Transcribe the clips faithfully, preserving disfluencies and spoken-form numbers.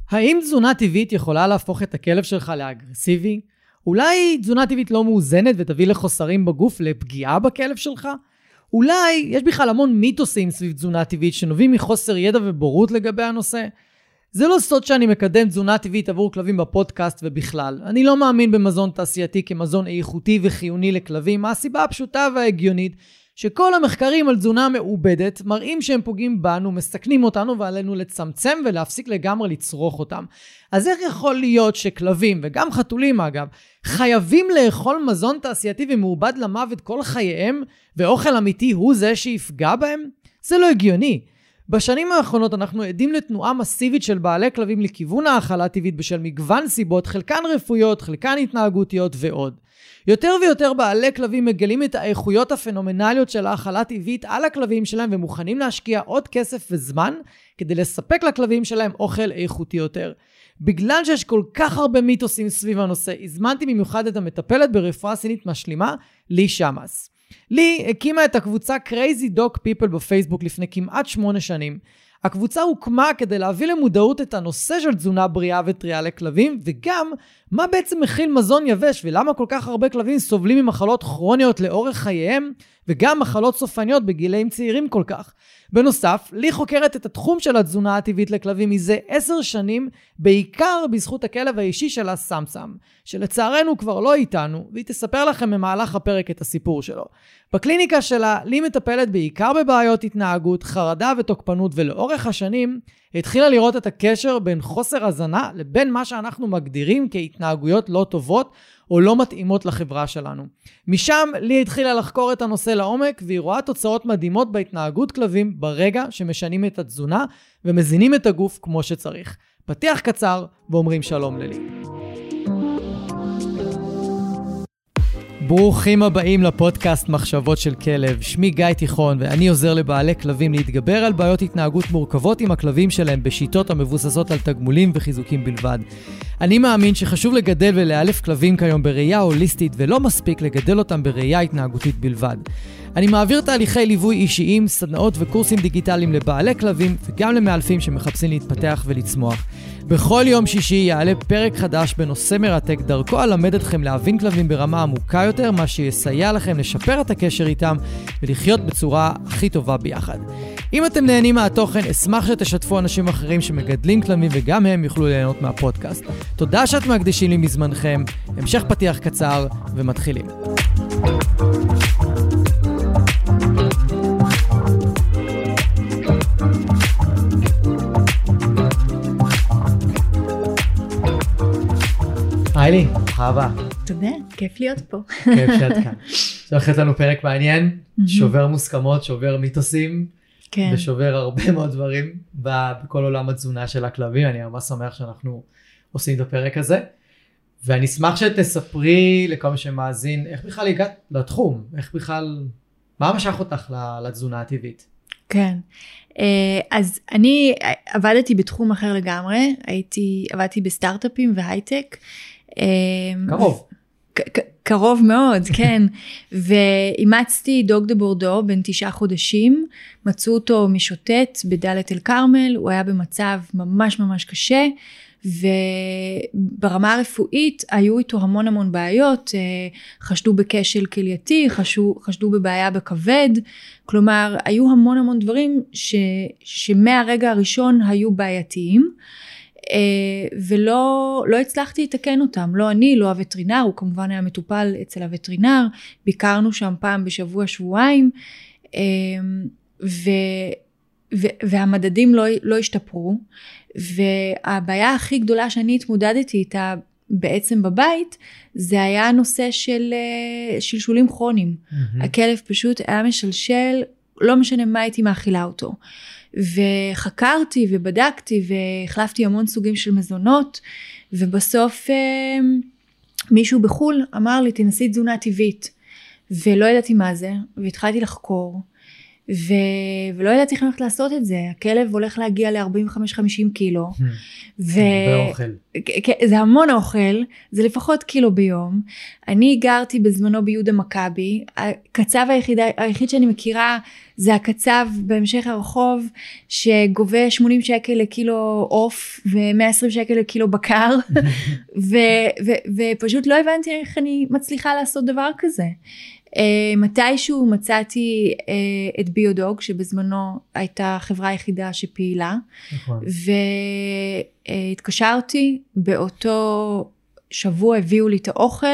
האם תזונה טבעית יכולה להפוך את הכלב שלך לאגרסיבי? אולי תזונה טבעית לא מאוזנת ותביא לחוסרים בגוף, לפגיעה בכלב שלך? אולי יש בכלל המון מיתוסים סביב תזונה טבעית שנובעים מחוסר ידע ובורות לגבי הנושא? זה לא סוד שאני מקדם תזונה טבעית עבור כלבים בפודקאסט ובכלל. אני לא מאמין במזון תעשייתי כמזון איכותי וחיוני לכלבים, מהסיבה הפשוטה וההגיונית שכל המחקרים על תזונה מעובדת מראים שהם פוגעים בנו, מסכנים אותנו ועלינו לצמצם ולהפסיק לגמרי לצרוך אותם. אז איך יכול להיות שכלבים וגם חתולים אגב, חייבים לאכול מזון תעשייתי ומעובד למוות כל חייהם, ואוכל אמיתי הוא זה שיפגע בהם? זה לא הגיוני. בשנים האחרונות אנחנו עדים לתנועה מסיבית של בעלי כלבים לכיוון האכלה טבעית בשל מגוון סיבות, חלקן רפואיות, חלקן התנהגותיות ועוד. יותר ויותר בעלי כלבים מגלים את האיכויות הפנומנליות של האכלה טבעית על הכלבים שלהם ומוכנים להשקיע עוד כסף וזמן כדי לספק לכלבים שלהם אוכל איכותי יותר. בגלל שיש כל כך הרבה מיתוסים סביב הנושא, הזמנתי במיוחד את המטפלת ברפואה סינית משלימה, לי שמאס. לי הקימה את הקבוצה Crazy Dog People בפייסבוק לפני כמעט שמונה שנים. הקבוצה הוקמה כדי להביא למודעות את הנושא של תזונה בריאה וטריה לכלבים, וגם מה בעצם מכיל מזון יבש ולמה כל כך הרבה כלבים סובלים ממחלות כרוניות לאורך חייהם, וגם מחלות סופניות בגילאים צעירים כל כך. בנוסף, לי חוקרת את התחום של התזונה הטבעית לכלבים מזה עשר שנים, בעיקר בזכות הכלב האישי שלה סמסם, שלצערנו כבר לא איתנו, והיא תספר לכם במהלך הפרק את הסיפור שלו. בקליניקה שלה, לי מטפלת בעיקר בבעיות התנהגות, חרדה ותוקפנות, ולאורך השנים התחילה לראות את הקשר בין חוסר הזנה לבין מה שאנחנו מגדירים כהתנהגויות לא טובות או לא מתאימות לחברה שלנו. משם לי התחילה לחקור את הנושא לעומק, והיא רואה תוצאות מדהימות בהתנהגות כלבים ברגע שמשנים את התזונה ומזינים את הגוף כמו שצריך. פתיח קצר ואומרים שלום ללי. ברוכים הבאים לפודקאסט מחשבות של כלב. שמי גיא תיכון ואני עוזר לבעלי כלבים להתגבר על בעיות התנהגות מורכבות עם הכלבים שלהם בשיטות המבוססות על תגמולים וחיזוקים בלבד. אני מאמין שחשוב לגדל ולאלף כלבים כיום בראייה הוליסטית ולא מספיק לגדל אותם בראייה התנהגותית בלבד. אני מעביר תהליכי ליווי אישיים, סדנאות וקורסים דיגיטליים לבעלי כלבים וגם למאלפים שמחפשים להתפתח ולצמוח. בכל יום שישי יעלה פרק חדש בנושא מרתק, דרכו אלמד אתכם להבין כלבים ברמה עמוקה יותר, מה שיסייע לכם לשפר את הקשר איתם ולחיות בצורה הכי טובה ביחד. אם אתם נהנים מהתוכן, אשמח שתשתפו אנשים אחרים שמגדלים כלבים וגם הם יוכלו ליהנות מהפודקאסט. תודה שאת מקדישים לי מזמנכם, המשך פתיח קצר ומתחילים. היי לי, ברוכה הבאה. תודה, כיף להיות פה. כיף שאת כאן. שהולכת לנו פרק מעניין, שובר מוסכמות, שובר מיתוסים, ושובר הרבה מאוד דברים בכל עולם התזונה של הכלבים. אני ממש שמח שאנחנו עושים את הפרק הזה, ואני אשמח שתספרי לכל מי שמאזין, איך בכלל הגעת לתחום, איך בכלל, מה משך אותך לתזונה הטבעית? כן, אז אני עבדתי בתחום אחר לגמרי, הייתי, עבדתי בסטארט-אפים והייטק. קרוב. קרוב מאוד, כן. ואימצתי דוג דה בורדו בן תשעה חודשים, מצאו אותו משוטט בדלית אל כרמל, הוא היה במצב ממש ממש קשה, וברמה הרפואית היו איתו המון המון בעיות, חשדו בכשל כלייתי, חשדו, חשדו בבעיה בכבד, כלומר היו המון המון דברים ש, שמהרגע הראשון היו בעייתיים, ולא לא הצלחתי לתקן אותם, לא אני, לא הווטרינר, הוא כמובן היה מטופל אצל הווטרינר, ביקרנו שם פעם בשבוע שבועיים, ו, ו, והמדדים לא, לא השתפרו, והבעיה הכי גדולה שאני התמודדתי איתה בעצם בבית, זה היה הנושא של שלשולים כרוניים. Mm-hmm. הכלב פשוט היה משלשל, לא משנה מה הייתי מאכילה אותו. וחקרתי ובדקתי והחלפתי המון סוגים של מזונות, ובסוף מישהו בחול אמר לי, תנסי תזונה טבעית. ולא ידעתי מה זה, והתחלתי לחקור. ו... ולא ידעתי איך הולכת לעשות את זה. הכלב הולך להגיע ל-ארבעים וחמש חמישים קילו. ו... באוכל. זה המון אוכל, זה לפחות קילו ביום. אני גרתי בזמנו ביהודה מכבי, הקצב היחיד, היחיד שאני מכירה זה הקצב בהמשך הרחוב, שגובה שמונים שקל לקילו עוף, ו-מאה ועשרים שקל לקילו בקר, ו- ו- ופשוט לא הבנתי איך אני מצליחה לעשות דבר כזה. Uh, מתישהו מצאתי uh, את ביודוג, שבזמנו הייתה חברה יחידה שפעילה, נכון. והתקשרתי, uh, באותו שבוע הביאו לי את האוכל,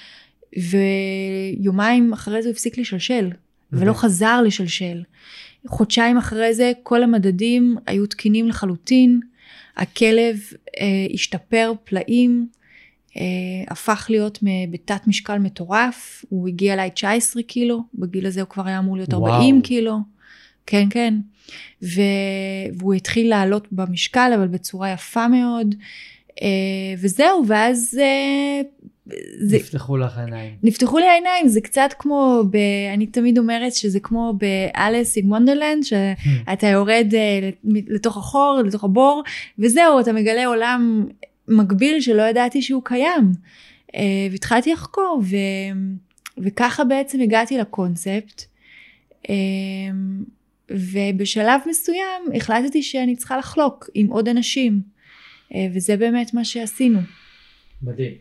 ויומיים אחרי זה הוא הפסיק לשלשל, ולא חזר לשלשל. חודשיים אחרי זה כל המדדים היו תקינים לחלוטין, הכלב uh, השתפר פלאים, Uh, הפך להיות בתת משקל מטורף, הוא הגיע אליי תשע עשרה קילו, בגיל הזה הוא כבר היה אמור להיות וואו. ארבעים קילו, כן כן, ו... והוא התחיל לעלות במשקל, אבל בצורה יפה מאוד, uh, וזהו, ואז... Uh, זה... נפתחו לך העיניים. נפתחו לי העיניים, זה קצת כמו, ב... אני תמיד אומרת שזה כמו באליס אין וונדרלנד, שאתה יורד uh, לתוך החור, לתוך הבור, וזהו, אתה מגלה עולם... מקביל שלא ידעתי שהוא קיים, והתחלתי לחקור, ו... וככה בעצם הגעתי לקונספט, ובשלב מסוים החלטתי שאני צריכה לחלוק עם עוד אנשים, וזה באמת מה שעשינו. מדהים.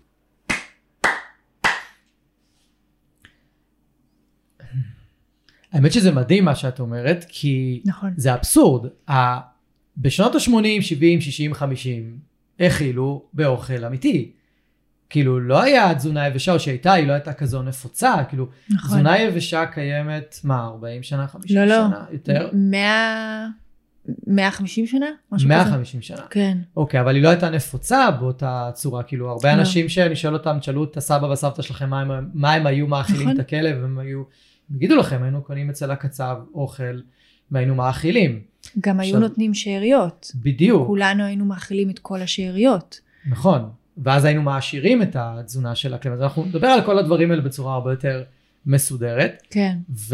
האמת שזה מדהים מה שאת אומרת, כי נכון. זה אבסורד. בשנות ה-שמונים, שבעים, שישים, חמישים, הכילו באוכל אמיתי. כאילו לא היה תזונה יבשה, או שהייתה, היא לא הייתה כזו נפוצה, כאילו נכון. תזונה יבשה קיימת, מה, ארבעים שנה, חמישים לא, שנה, לא. יותר? מאה, מאה וחמישים שנה? מאה וחמישים שנה. כן. אוקיי, אבל היא לא הייתה נפוצה באותה צורה, כאילו הרבה לא. אנשים שאני שואל אותם, תשאלו את הסבא והסבתא שלכם, מה הם, מה הם היו מאכילים נכון. את הכלב, הם היו, יגידו לכם, היינו קונים אצל הקצב אוכל, והיינו מאכילים. גם היו נותנים שאריות. בדיוק. כולנו היינו מאכילים את כל השאריות. נכון. ואז היינו מעשירים את התזונה של הכלב. אז אנחנו נדבר על כל הדברים האלה בצורה הרבה יותר מסודרת. כן. ו...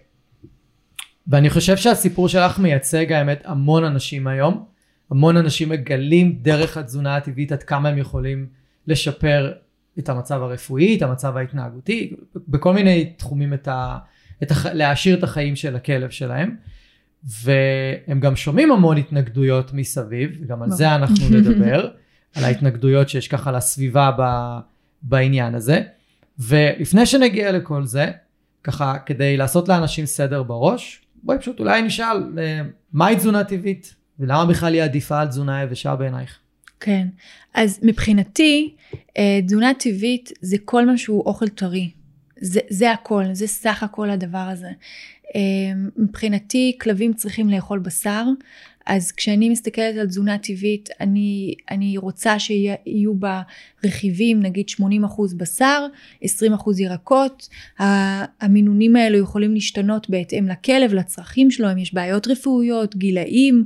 ואני חושב שהסיפור שלך מייצג האמת המון אנשים היום. המון אנשים מגלים דרך התזונה הטבעית עד כמה הם יכולים לשפר את המצב הרפואי, את המצב ההתנהגותי, בכל מיני תחומים את ה... את הח... להעשיר את החיים של הכלב שלהם. והם גם שומעים המון התנגדויות מסביב, וגם על זה אנחנו נדבר, על ההתנגדויות שיש ככה לסביבה ב, בעניין הזה. ולפני שנגיע לכל זה, ככה כדי לעשות לאנשים סדר בראש, בואי פשוט אולי נשאל, מהי תזונה טבעית, ולמה בכלל היא עדיפה על תזונה יבשה בעינייך? כן, אז מבחינתי, תזונה טבעית זה כל מה שהוא אוכל טרי. זה, זה הכל, זה סך הכל הדבר הזה. מבחינתי, כלבים צריכים לאכול בשר, אז כשאני מסתכלת על תזונה טבעית, אני, אני רוצה שיהיו בה רכיבים, נגיד שמונים אחוז בשר, עשרים אחוז ירקות, המינונים האלו יכולים להשתנות בהתאם לכלב, לצרכים שלו, אם יש בעיות רפואיות, גילאים,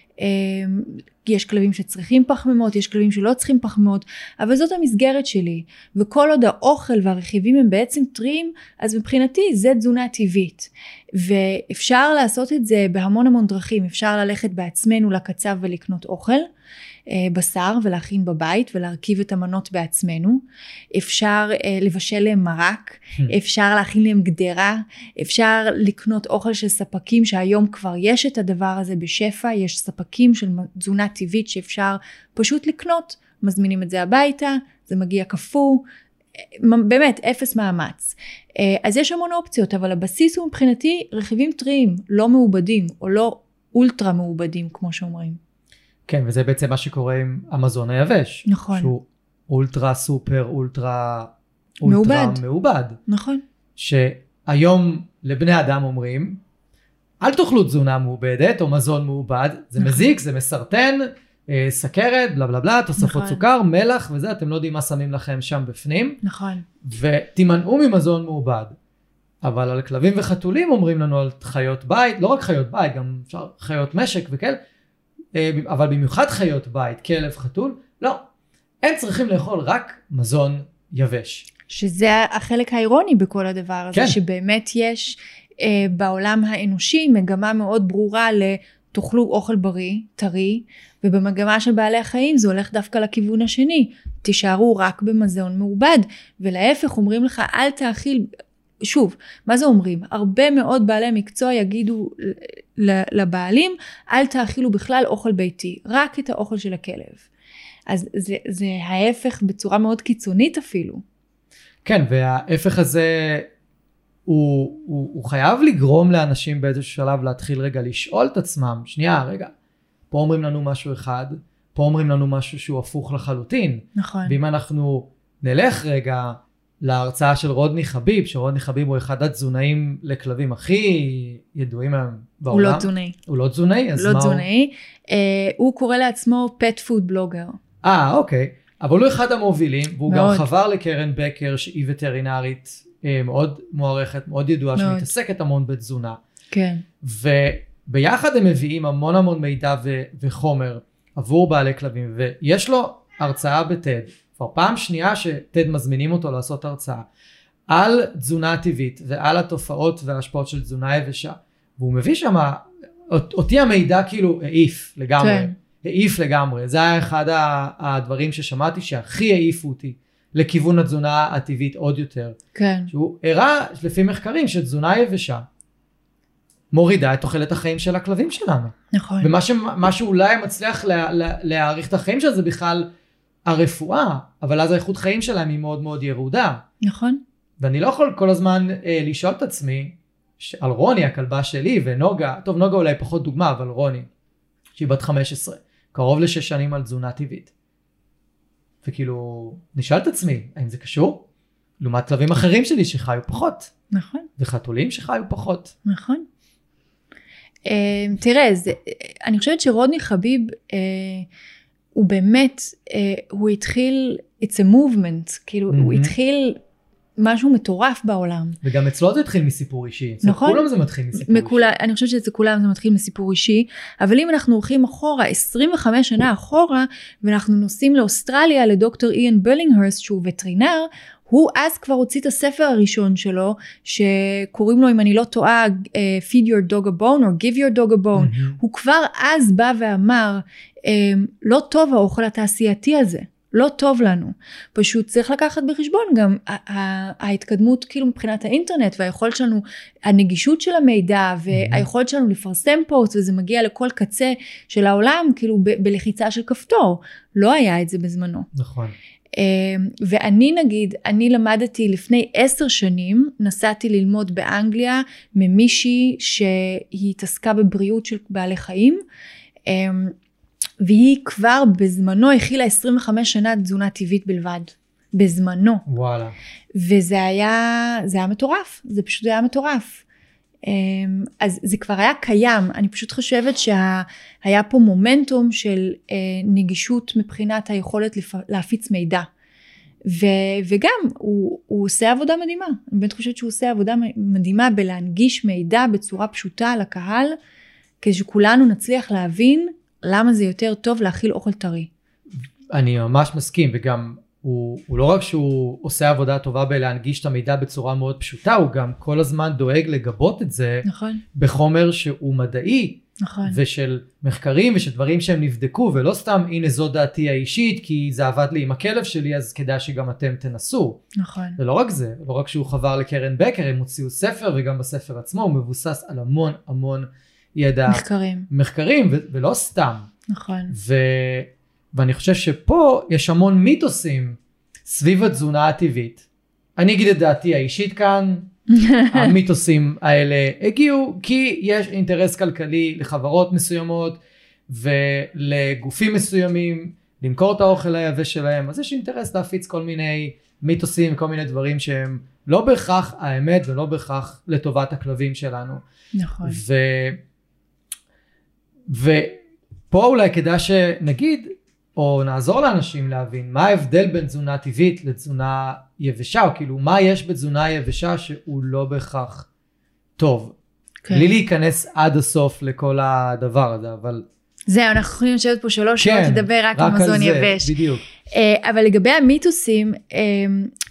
יש כלבים שצריכים פחמימות, יש כלבים שלא צריכים פחמימות, אבל זאת המסגרת שלי, וכל עוד האוכל והרכיבים הם בעצם טריים, אז מבחינתי זה תזונה טבעית, ואפשר לעשות את זה בהמון המון דרכים, אפשר ללכת בעצמנו לקצב ולקנות אוכל, בשר ולהכין בבית ולהרכיב את המנות בעצמנו, אפשר לבשל להם מרק, אפשר להכין להם גדרה, אפשר לקנות אוכל של ספקים שהיום כבר יש את הדבר הזה בשפע, יש ספקים של תזונה טבעית שאפשר פשוט לקנות, מזמינים את זה הביתה, זה מגיע קפוא, באמת אפס מאמץ. אז יש המון אופציות, אבל הבסיס הוא מבחינתי רכיבים טריים, לא מעובדים או לא אולטרה מעובדים כמו שאומרים. כן, וזה בעצם מה שקורה עם המזון היבש. נכון. שהוא אולטרה סופר, אולטרה, אולטרה מעובד. מעובד. נכון. שהיום לבני אדם אומרים, אל תאכלו תזונה מעובדת או מזון מעובד, זה נכון. מזיק, זה מסרטן, אה, סכרת, בלה בלה בלה, תוספות נכון. סוכר, מלח וזה, אתם לא יודעים מה שמים לכם שם בפנים. נכון. ותימנעו ממזון מעובד. אבל על כלבים וחתולים אומרים לנו על חיות בית, לא רק חיות בית, גם אפשר חיות משק וכאלה, אבל במיוחד חיות בית, כלב, חתול, לא. הם צריכים לאכול רק מזון יבש. שזה החלק האירוני בכל הדבר הזה, כן. שבאמת יש בעולם האנושי מגמה מאוד ברורה לתאכלו אוכל בריא, טרי, ובמגמה של בעלי החיים זה הולך דווקא לכיוון השני, תישארו רק במזון מעובד, ולהפך אומרים לך אל תאכיל, שוב, מה זה אומרים? הרבה מאוד בעלי מקצוע יגידו לבעלים, אל תאכילו בכלל אוכל ביתי, רק את האוכל של הכלב. אז זה, זה ההפך בצורה מאוד קיצונית אפילו. כן, וההפך הזה הוא, הוא, הוא חייב לגרום לאנשים באיזשהו שלב להתחיל רגע לשאול את עצמם, שנייה, רגע, פה אומרים לנו משהו אחד, פה אומרים לנו משהו שהוא הפוך לחלוטין. נכון. ואם אנחנו נלך רגע להרצאה של רודני חביב, שרודני חביב הוא אחד התזונאים לכלבים הכי ידועים בעולם. הוא לא תזונאי. הוא לא תזונאי? אז לא מה תזונאי. הוא? Uh, הוא קורא לעצמו pet food blogger. אה, אוקיי. אבל הוא אחד המובילים, והוא מאוד. גם חבר לקרן בקר, שהיא וטרינרית מאוד מוערכת, מאוד ידועה, מאוד. שמתעסקת המון בתזונה. כן. וביחד הם מביאים המון המון מידע ו- וחומר עבור בעלי כלבים, ויש לו הרצאה בטד, כבר פעם שנייה שטד מזמינים אותו לעשות הרצאה, על תזונה טבעית ועל התופעות וההשפעות של תזונה יבשה, והוא מביא שם, אותי המידע כאילו העיף לגמרי, כן. העיף לגמרי, זה היה אחד הדברים ששמעתי שהכי העיפו אותי לכיוון התזונה הטבעית עוד יותר. כן. שהוא הראה לפי מחקרים שתזונה יבשה מורידה את תוחלת החיים של הכלבים שלנו. נכון. ומה ש, מה שאולי מצליח לה, לה, להעריך את החיים של זה בכלל הרפואה, אבל אז האיכות חיים שלהם היא מאוד מאוד ירודה. נכון. ואני לא יכול כל הזמן אה, לשאול את עצמי, על רוני, הכלבה שלי, ונוגה, טוב נוגה אולי פחות דוגמה, אבל רוני, שהיא בת חמש עשרה, קרוב לשש שנים על תזונה טבעית. וכאילו, נשאל את עצמי, האם זה קשור? לעומת כלבים אחרים שלי שחיו פחות. נכון. וחתולים שחיו פחות. נכון. Uh, תראה, זה, אני חושבת שרודני חביב, uh, הוא באמת, uh, הוא התחיל, it's a movement, כאילו, mm-hmm. הוא התחיל משהו מטורף בעולם. וגם אצלו זה התחיל מסיפור אישי. נכון. כולם זה מתחיל מסיפור מכולה, אישי. אני חושבת שאצל כולם זה מתחיל מסיפור אישי, אבל אם אנחנו הולכים אחורה, עשרים וחמש שנה אחורה, ואנחנו נוסעים לאוסטרליה, לדוקטור איאן בלינגהרסט, שהוא וטרינר, הוא אז כבר הוציא את הספר הראשון שלו, שקוראים לו, אם אני לא טועה, uh, Feed your dog a bone, or Give your dog a bone. Mm-hmm. הוא כבר אז בא ואמר, um, לא טוב האוכל התעשייתי הזה. לא טוב לנו. פשוט צריך לקחת בחשבון גם ההתקדמות כאילו מבחינת האינטרנט והיכולת שלנו, הנגישות של המידע והיכולת שלנו לפרסם פוסט, וזה מגיע לכל קצה של העולם כאילו ב- בלחיצה של כפתור. לא היה את זה בזמנו. נכון. ואני נגיד, אני למדתי לפני עשר שנים, נסעתי ללמוד באנגליה ממישהי שהיא התעסקה בבריאות של בעלי חיים, והיא כבר בזמנו הכילה עשרים וחמש שנה תזונה טבעית בלבד. בזמנו. וואלה. וזה היה, זה היה מטורף. זה פשוט היה מטורף. אז זה כבר היה קיים. אני פשוט חושבת שהיה פה מומנטום של נגישות מבחינת היכולת להפיץ מידע. וגם הוא, הוא עושה עבודה מדהימה. אני באמת חושבת שהוא עושה עבודה מדהימה בלהנגיש מידע בצורה פשוטה לקהל, כדי שכולנו נצליח להבין למה זה יותר טוב להכיל אוכל טרי. אני ממש מסכים, וגם הוא, הוא לא רק שהוא עושה עבודה טובה בלהנגיש את המידע בצורה מאוד פשוטה, הוא גם כל הזמן דואג לגבות את זה, נכון. בחומר שהוא מדעי, נכון. ושל מחקרים ושל דברים שהם נבדקו, ולא סתם הנה זו דעתי האישית, כי זה עבד לי עם הכלב שלי, אז כדאי שגם אתם תנסו. נכון. ולא רק זה, לא רק שהוא חבר לקרן בקר, הם הוציאו ספר, וגם בספר עצמו הוא מבוסס על המון המון ידע. מחקרים. מחקרים, ו- ולא סתם. נכון. ו- ואני חושב שפה יש המון מיתוסים סביב התזונה הטבעית. אני אגיד את דעתי האישית כאן, המיתוסים האלה הגיעו כי יש אינטרס כלכלי לחברות מסוימות ולגופים מסוימים למכור את האוכל היבש שלהם, אז יש אינטרס להפיץ כל מיני מיתוסים, כל מיני דברים שהם לא בהכרח האמת ולא בהכרח לטובת הכלבים שלנו. נכון. ו... ופה אולי כדאי שנגיד, או נעזור לאנשים להבין מה ההבדל בין תזונה טבעית לתזונה יבשה, או כאילו מה יש בתזונה יבשה שהוא לא בהכרח טוב. כן. בלי להיכנס עד הסוף לכל הדבר הזה, אבל... זהו, אנחנו יכולים לשבת פה שלוש כן, שעות לדבר רק על מזון יבש. בדיוק. אבל לגבי המיתוסים,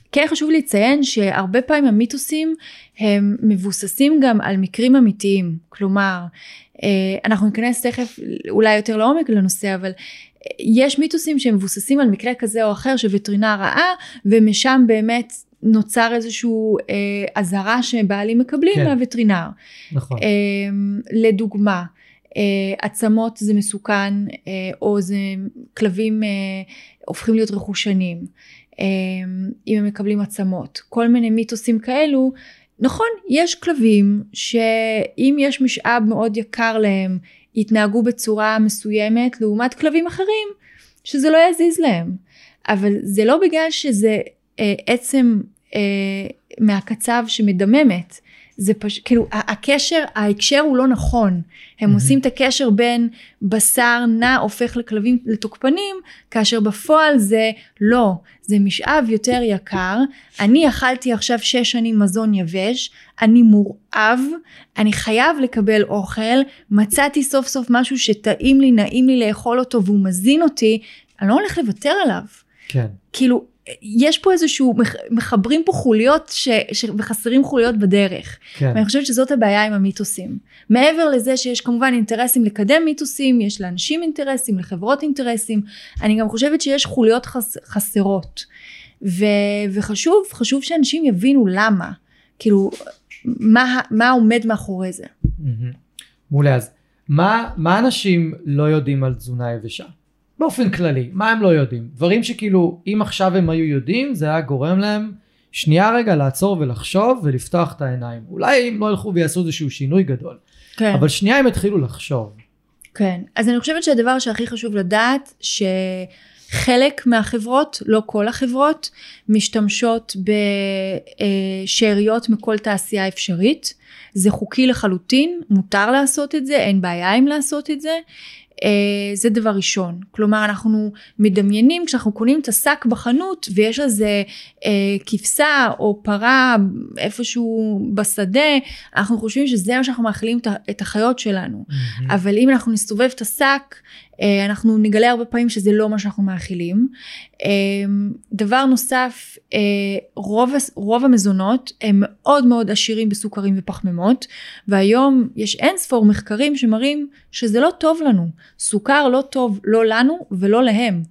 כן חשוב לציין שהרבה פעמים המיתוסים הם מבוססים גם על מקרים אמיתיים, כלומר, אנחנו ניכנס תכף אולי יותר לעומק לנושא, אבל יש מיתוסים שהם מבוססים על מקרה כזה או אחר שווטרינר ראה, ומשם באמת נוצר איזשהו עזרה אה, שבעלים מקבלים כן. מהווטרינר. נכון. אה, לדוגמה, אה, עצמות זה מסוכן, אה, או זה כלבים אה, הופכים להיות רכושנים, אה, אם הם מקבלים עצמות. כל מיני מיתוסים כאלו, נכון, יש כלבים שאם יש משאב מאוד יקר להם, יתנהגו בצורה מסוימת, לעומת כלבים אחרים, שזה לא יזיז להם. אבל זה לא בגלל שזה אה, עצם אה, מהקצב שמדממת, זה פשוט, כאילו, הקשר, ההקשר הוא לא נכון. הם mm-hmm. עושים את הקשר בין בשר נע הופך לכלבים לתוקפנים, כאשר בפועל זה לא, זה משאב יותר יקר. אני אכלתי עכשיו שש שנים מזון יבש, אני מורעב, אני חייב לקבל אוכל, מצאתי סוף סוף משהו שטעים לי, נעים לי לאכול אותו והוא מזין אותי, אני לא הולך לוותר עליו. כן. כאילו, יש פה איזשהו, מחברים פה חוליות ש, ש, וחסרים חוליות בדרך. כן. ואני חושבת שזאת הבעיה עם המיתוסים. מעבר לזה שיש כמובן אינטרסים לקדם מיתוסים, יש לאנשים אינטרסים, לחברות אינטרסים, אני גם חושבת שיש חוליות חס, חסרות. ו, וחשוב, חשוב שאנשים יבינו למה. כאילו, מה, מה עומד מאחורי זה. מעולה, אז מה, מה אנשים לא יודעים על תזונה יבשה? באופן כללי, מה הם לא יודעים? דברים שכאילו, אם עכשיו הם היו יודעים, זה היה גורם להם שנייה רגע לעצור ולחשוב ולפתוח את העיניים. אולי הם לא ילכו ויעשו איזשהו שינוי גדול. כן. אבל שנייה הם התחילו לחשוב. כן, אז אני חושבת שהדבר שהכי חשוב לדעת, שחלק מהחברות, לא כל החברות, משתמשות בשאריות מכל תעשייה אפשרית. זה חוקי לחלוטין, מותר לעשות את זה, אין בעיה עם לעשות את זה. זה דבר ראשון, כלומר אנחנו מדמיינים כשאנחנו קונים את השק בחנות ויש לזה אה, כבשה או פרה איפשהו בשדה, אנחנו חושבים שזה מה שאנחנו מאכילים את החיות שלנו, mm-hmm. אבל אם אנחנו נסתובב את השק, אה, אנחנו נגלה הרבה פעמים שזה לא מה שאנחנו מאכילים. אה, דבר נוסף, אה, רוב, רוב המזונות הם מאוד מאוד עשירים בסוכרים ופחמימות, והיום יש אין ספור מחקרים שמראים שזה לא טוב לנו, סוכר לא טוב לא לנו ולא להם.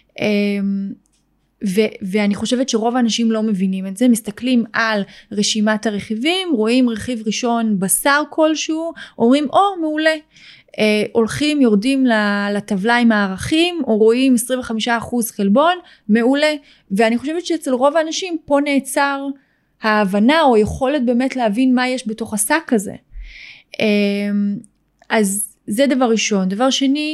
ו- ואני חושבת שרוב האנשים לא מבינים את זה, מסתכלים על רשימת הרכיבים, רואים רכיב ראשון בשר כלשהו, אומרים או מעולה, אה, הולכים יורדים לטבלה עם הערכים, או רואים עשרים וחמישה אחוז חלבון, מעולה, ואני חושבת שאצל רוב האנשים פה נעצר ההבנה או יכולת באמת להבין מה יש בתוך השק הזה. אה, אז זה דבר ראשון. דבר שני,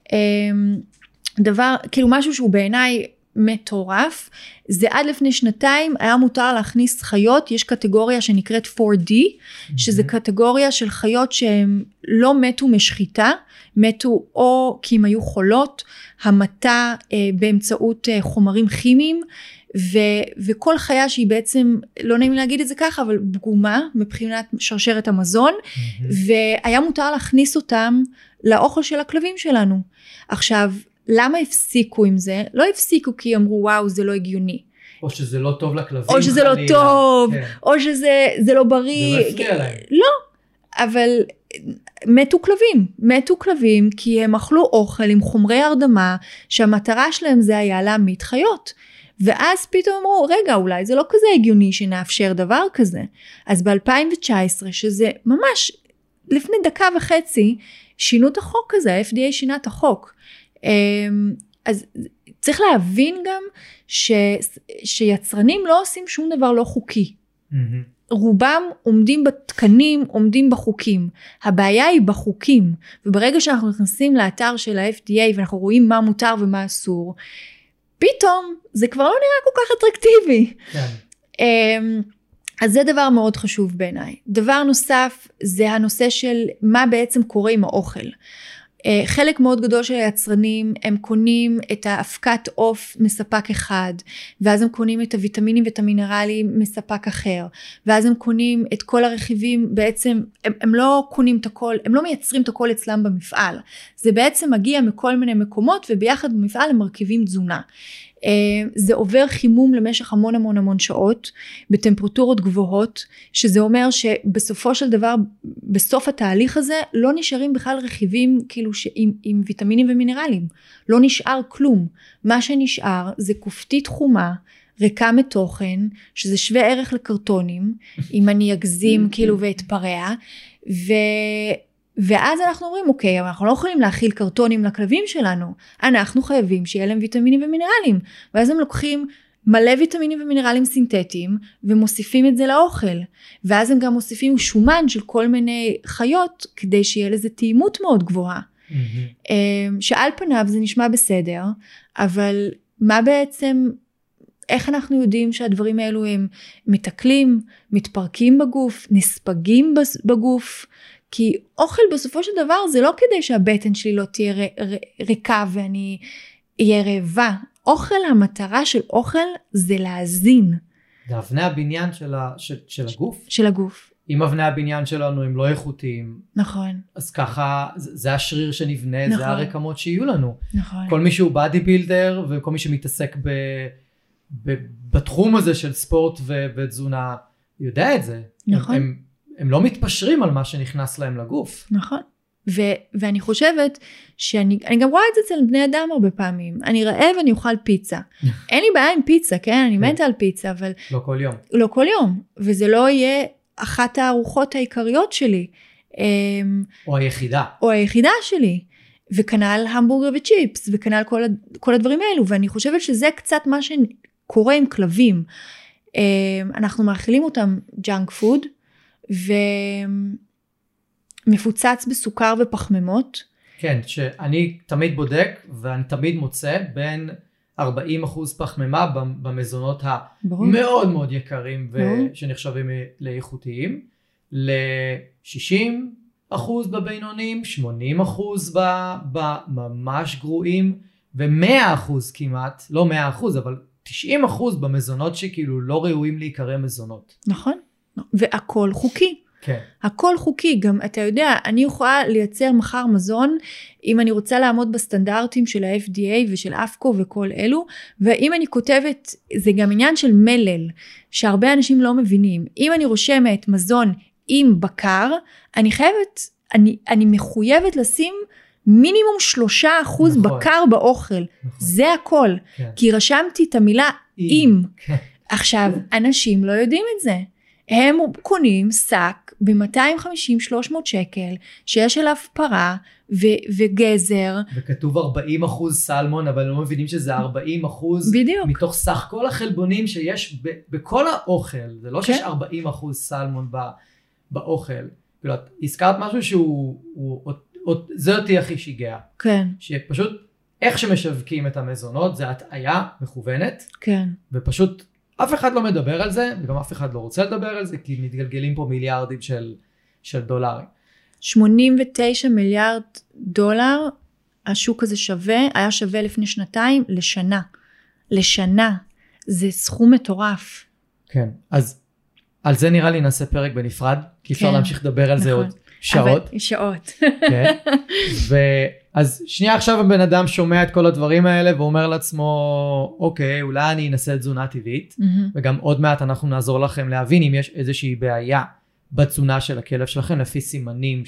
דבר, כאילו משהו שהוא בעיניי מטורף, זה עד לפני שנתיים היה מותר להכניס חיות, יש קטגוריה שנקראת פור די, שזה קטגוריה של חיות שהן לא מתו משחיטה, מתו או כי הם היו חולות, המתה אה, באמצעות אה, חומרים כימיים, ו- וכל חיה שהיא בעצם, לא נעים להגיד את זה ככה, אבל פגומה מבחינת שרשרת המזון, mm-hmm. והיה מותר להכניס אותם לאוכל של הכלבים שלנו. עכשיו, למה הפסיקו עם זה? לא הפסיקו כי אמרו, וואו, זה לא הגיוני. או שזה לא טוב לכלבים. או שזה חלילה. לא טוב, כן. או שזה זה לא בריא. זה לא הפריע להם. לא, אבל מתו כלבים, מתו כלבים כי הם אכלו אוכל עם חומרי הרדמה, שהמטרה שלהם זה היה להמית חיות. ואז פתאום אמרו, רגע, אולי זה לא כזה הגיוני שנאפשר דבר כזה. אז ב-אלפיים תשע עשרה, שזה ממש לפני דקה וחצי, שינו את החוק הזה, ה-אף די איי שינה את החוק. אז צריך להבין גם ש, שיצרנים לא עושים שום דבר לא חוקי. Mm-hmm. רובם עומדים בתקנים, עומדים בחוקים. הבעיה היא בחוקים. וברגע שאנחנו נכנסים לאתר של ה-אף די איי ואנחנו רואים מה מותר ומה אסור, פתאום זה כבר לא נראה כל כך אטרקטיבי. כן. אז זה דבר מאוד חשוב בעיניי. דבר נוסף זה הנושא של מה בעצם קורה עם האוכל. חלק מאוד גדול של היצרנים הם קונים את האבקת עוף מספק אחד, ואז הם קונים את הוויטמינים ואת המינרלים מספק אחר, ואז הם קונים את כל הרכיבים, בעצם הם, הם לא קונים את הכל, הם לא מייצרים את הכל אצלם במפעל, זה בעצם מגיע מכל מיני מקומות וביחד במפעל הם מרכיבים תזונה. זה עובר חימום למשך המון המון המון שעות, בטמפרטורות גבוהות, שזה אומר שבסופו של דבר, בסוף התהליך הזה, לא נשארים בכלל רכיבים כאילו עם, עם ויטמינים ומינרלים. לא נשאר כלום. מה שנשאר זה כופתית חומה, ריקה מתוכן, שזה שווה ערך לקרטונים, אם אני אגזים כאילו ואתפרע, ו... ואז אנחנו אומרים, אוקיי, אנחנו לא יכולים להכיל קרטונים לכלבים שלנו, אנחנו חייבים שיהיה להם ויטמינים ומינרלים, ואז הם לוקחים מלא ויטמינים ומינרלים סינתטיים, ומוסיפים את זה לאוכל, ואז הם גם מוסיפים שומן של כל מיני חיות, כדי שיהיה לזה טעימות מאוד גבוהה, mm-hmm. שעל פניו זה נשמע בסדר, אבל מה בעצם, איך אנחנו יודעים שהדברים האלו הם מתקלים, מתפרקים בגוף, נספגים בגוף, כי אוכל בסופו של דבר זה לא כדי שהבטן שלי לא תהיה ר, ר, ריקה ואני אהיה רעבה. אוכל, המטרה של אוכל זה להזין. זה אבני הבניין של, ה, של, של הגוף. של הגוף. אם אבני הבניין שלנו הם לא איכותיים. נכון. אז ככה, זה השריר שנבנה, נכון. זה הרקמות שיהיו לנו. נכון. כל מי שהוא בדי בילדר וכל מי שמתעסק ב, ב, בתחום הזה של ספורט ו, ותזונה, יודע את זה. נכון. הם, הם, הם לא מתפשרים על מה שנכנס להם לגוף. נכון. ו- ואני חושבת שאני אני גם רואה את זה אצל בני אדם הרבה פעמים. אני רעב, אני אוכל פיצה. אין לי בעיה עם פיצה, כן? אני מתה על פיצה, אבל... לא כל יום. לא כל יום. וזה לא יהיה אחת הארוחות העיקריות שלי. או היחידה. או היחידה שלי. וכנ"ל המבורגר וצ'יפס, וכנ"ל כל, כל הדברים האלו. ואני חושבת שזה קצת מה שקורה עם כלבים. אנחנו מאכילים אותם ג'אנק פוד, ומפוצץ בסוכר ופחמימות. כן, שאני תמיד בודק, ואני תמיד מוצא בין ארבעים אחוז פחמימה במזונות המאוד מאוד יקרים, שנחשבים לאיכותיים, ל-שישים אחוז בבינונים, שמונים אחוז בממש גרועים, ו-מאה אחוז כמעט, לא מאה אחוז, אבל תשעים אחוז במזונות שכאילו לא ראויים להיקרא מזונות. נכון. והכל חוקי. כן. הכל חוקי. גם אתה יודע, אני יכולה לייצר מחר מזון, אם אני רוצה לעמוד בסטנדרטים של ה-אף די איי ושל אפקו וכל אלו, ואם אני כותבת, זה גם עניין של מלל, שהרבה אנשים לא מבינים. אם אני רושמת מזון עם בקר, אני חייבת, אני, אני מחויבת לשים מינימום שלושה אחוז נכון. בקר באוכל. נכון. זה הכל. כן. כי רשמתי את המילה עם. כן. עכשיו, אנשים לא יודעים את זה. הם קונים שק ב-מאתיים וחמישים שלוש מאות שקל, שיש אליו פרה ו- וגזר. וכתוב ארבעים אחוז סלמון, אבל לא מבינים שזה ארבעים אחוז. בדיוק. מתוך סך כל החלבונים שיש ב- בכל האוכל. זה לא כן. שיש ארבעים אחוז סלמון ב- באוכל. כאילו, את הזכרת משהו שהוא, הוא, הוא, זה אותי הכי שיגע. כן. שפשוט, איך שמשווקים את המזונות, זה הטעיה מכוונת. כן. ופשוט, אף אחד לא מדבר על זה, וגם אף אחד לא רוצה לדבר על זה, כי מתגלגלים פה מיליארדים של, של דולרים. שמונים ותשעה מיליארד דולר, השוק הזה שווה, היה שווה לפני שנתיים, לשנה. לשנה. זה סכום מטורף. כן, אז על זה נראה לי נעשה פרק בנפרד, כי אפשר כן, להמשיך לדבר על נכון. זה עוד שעות. אבל שעות. כן, ואז שנייה עכשיו הבן אדם שומע את כל הדברים האלה, ואומר לעצמו, אוקיי, אולי אני אנסה תזונה טבעית, mm-hmm. וגם עוד מעט אנחנו נעזור לכם להבין אם יש איזושהי בעיה בתזונה של הכלב שלכם, לפי סימנים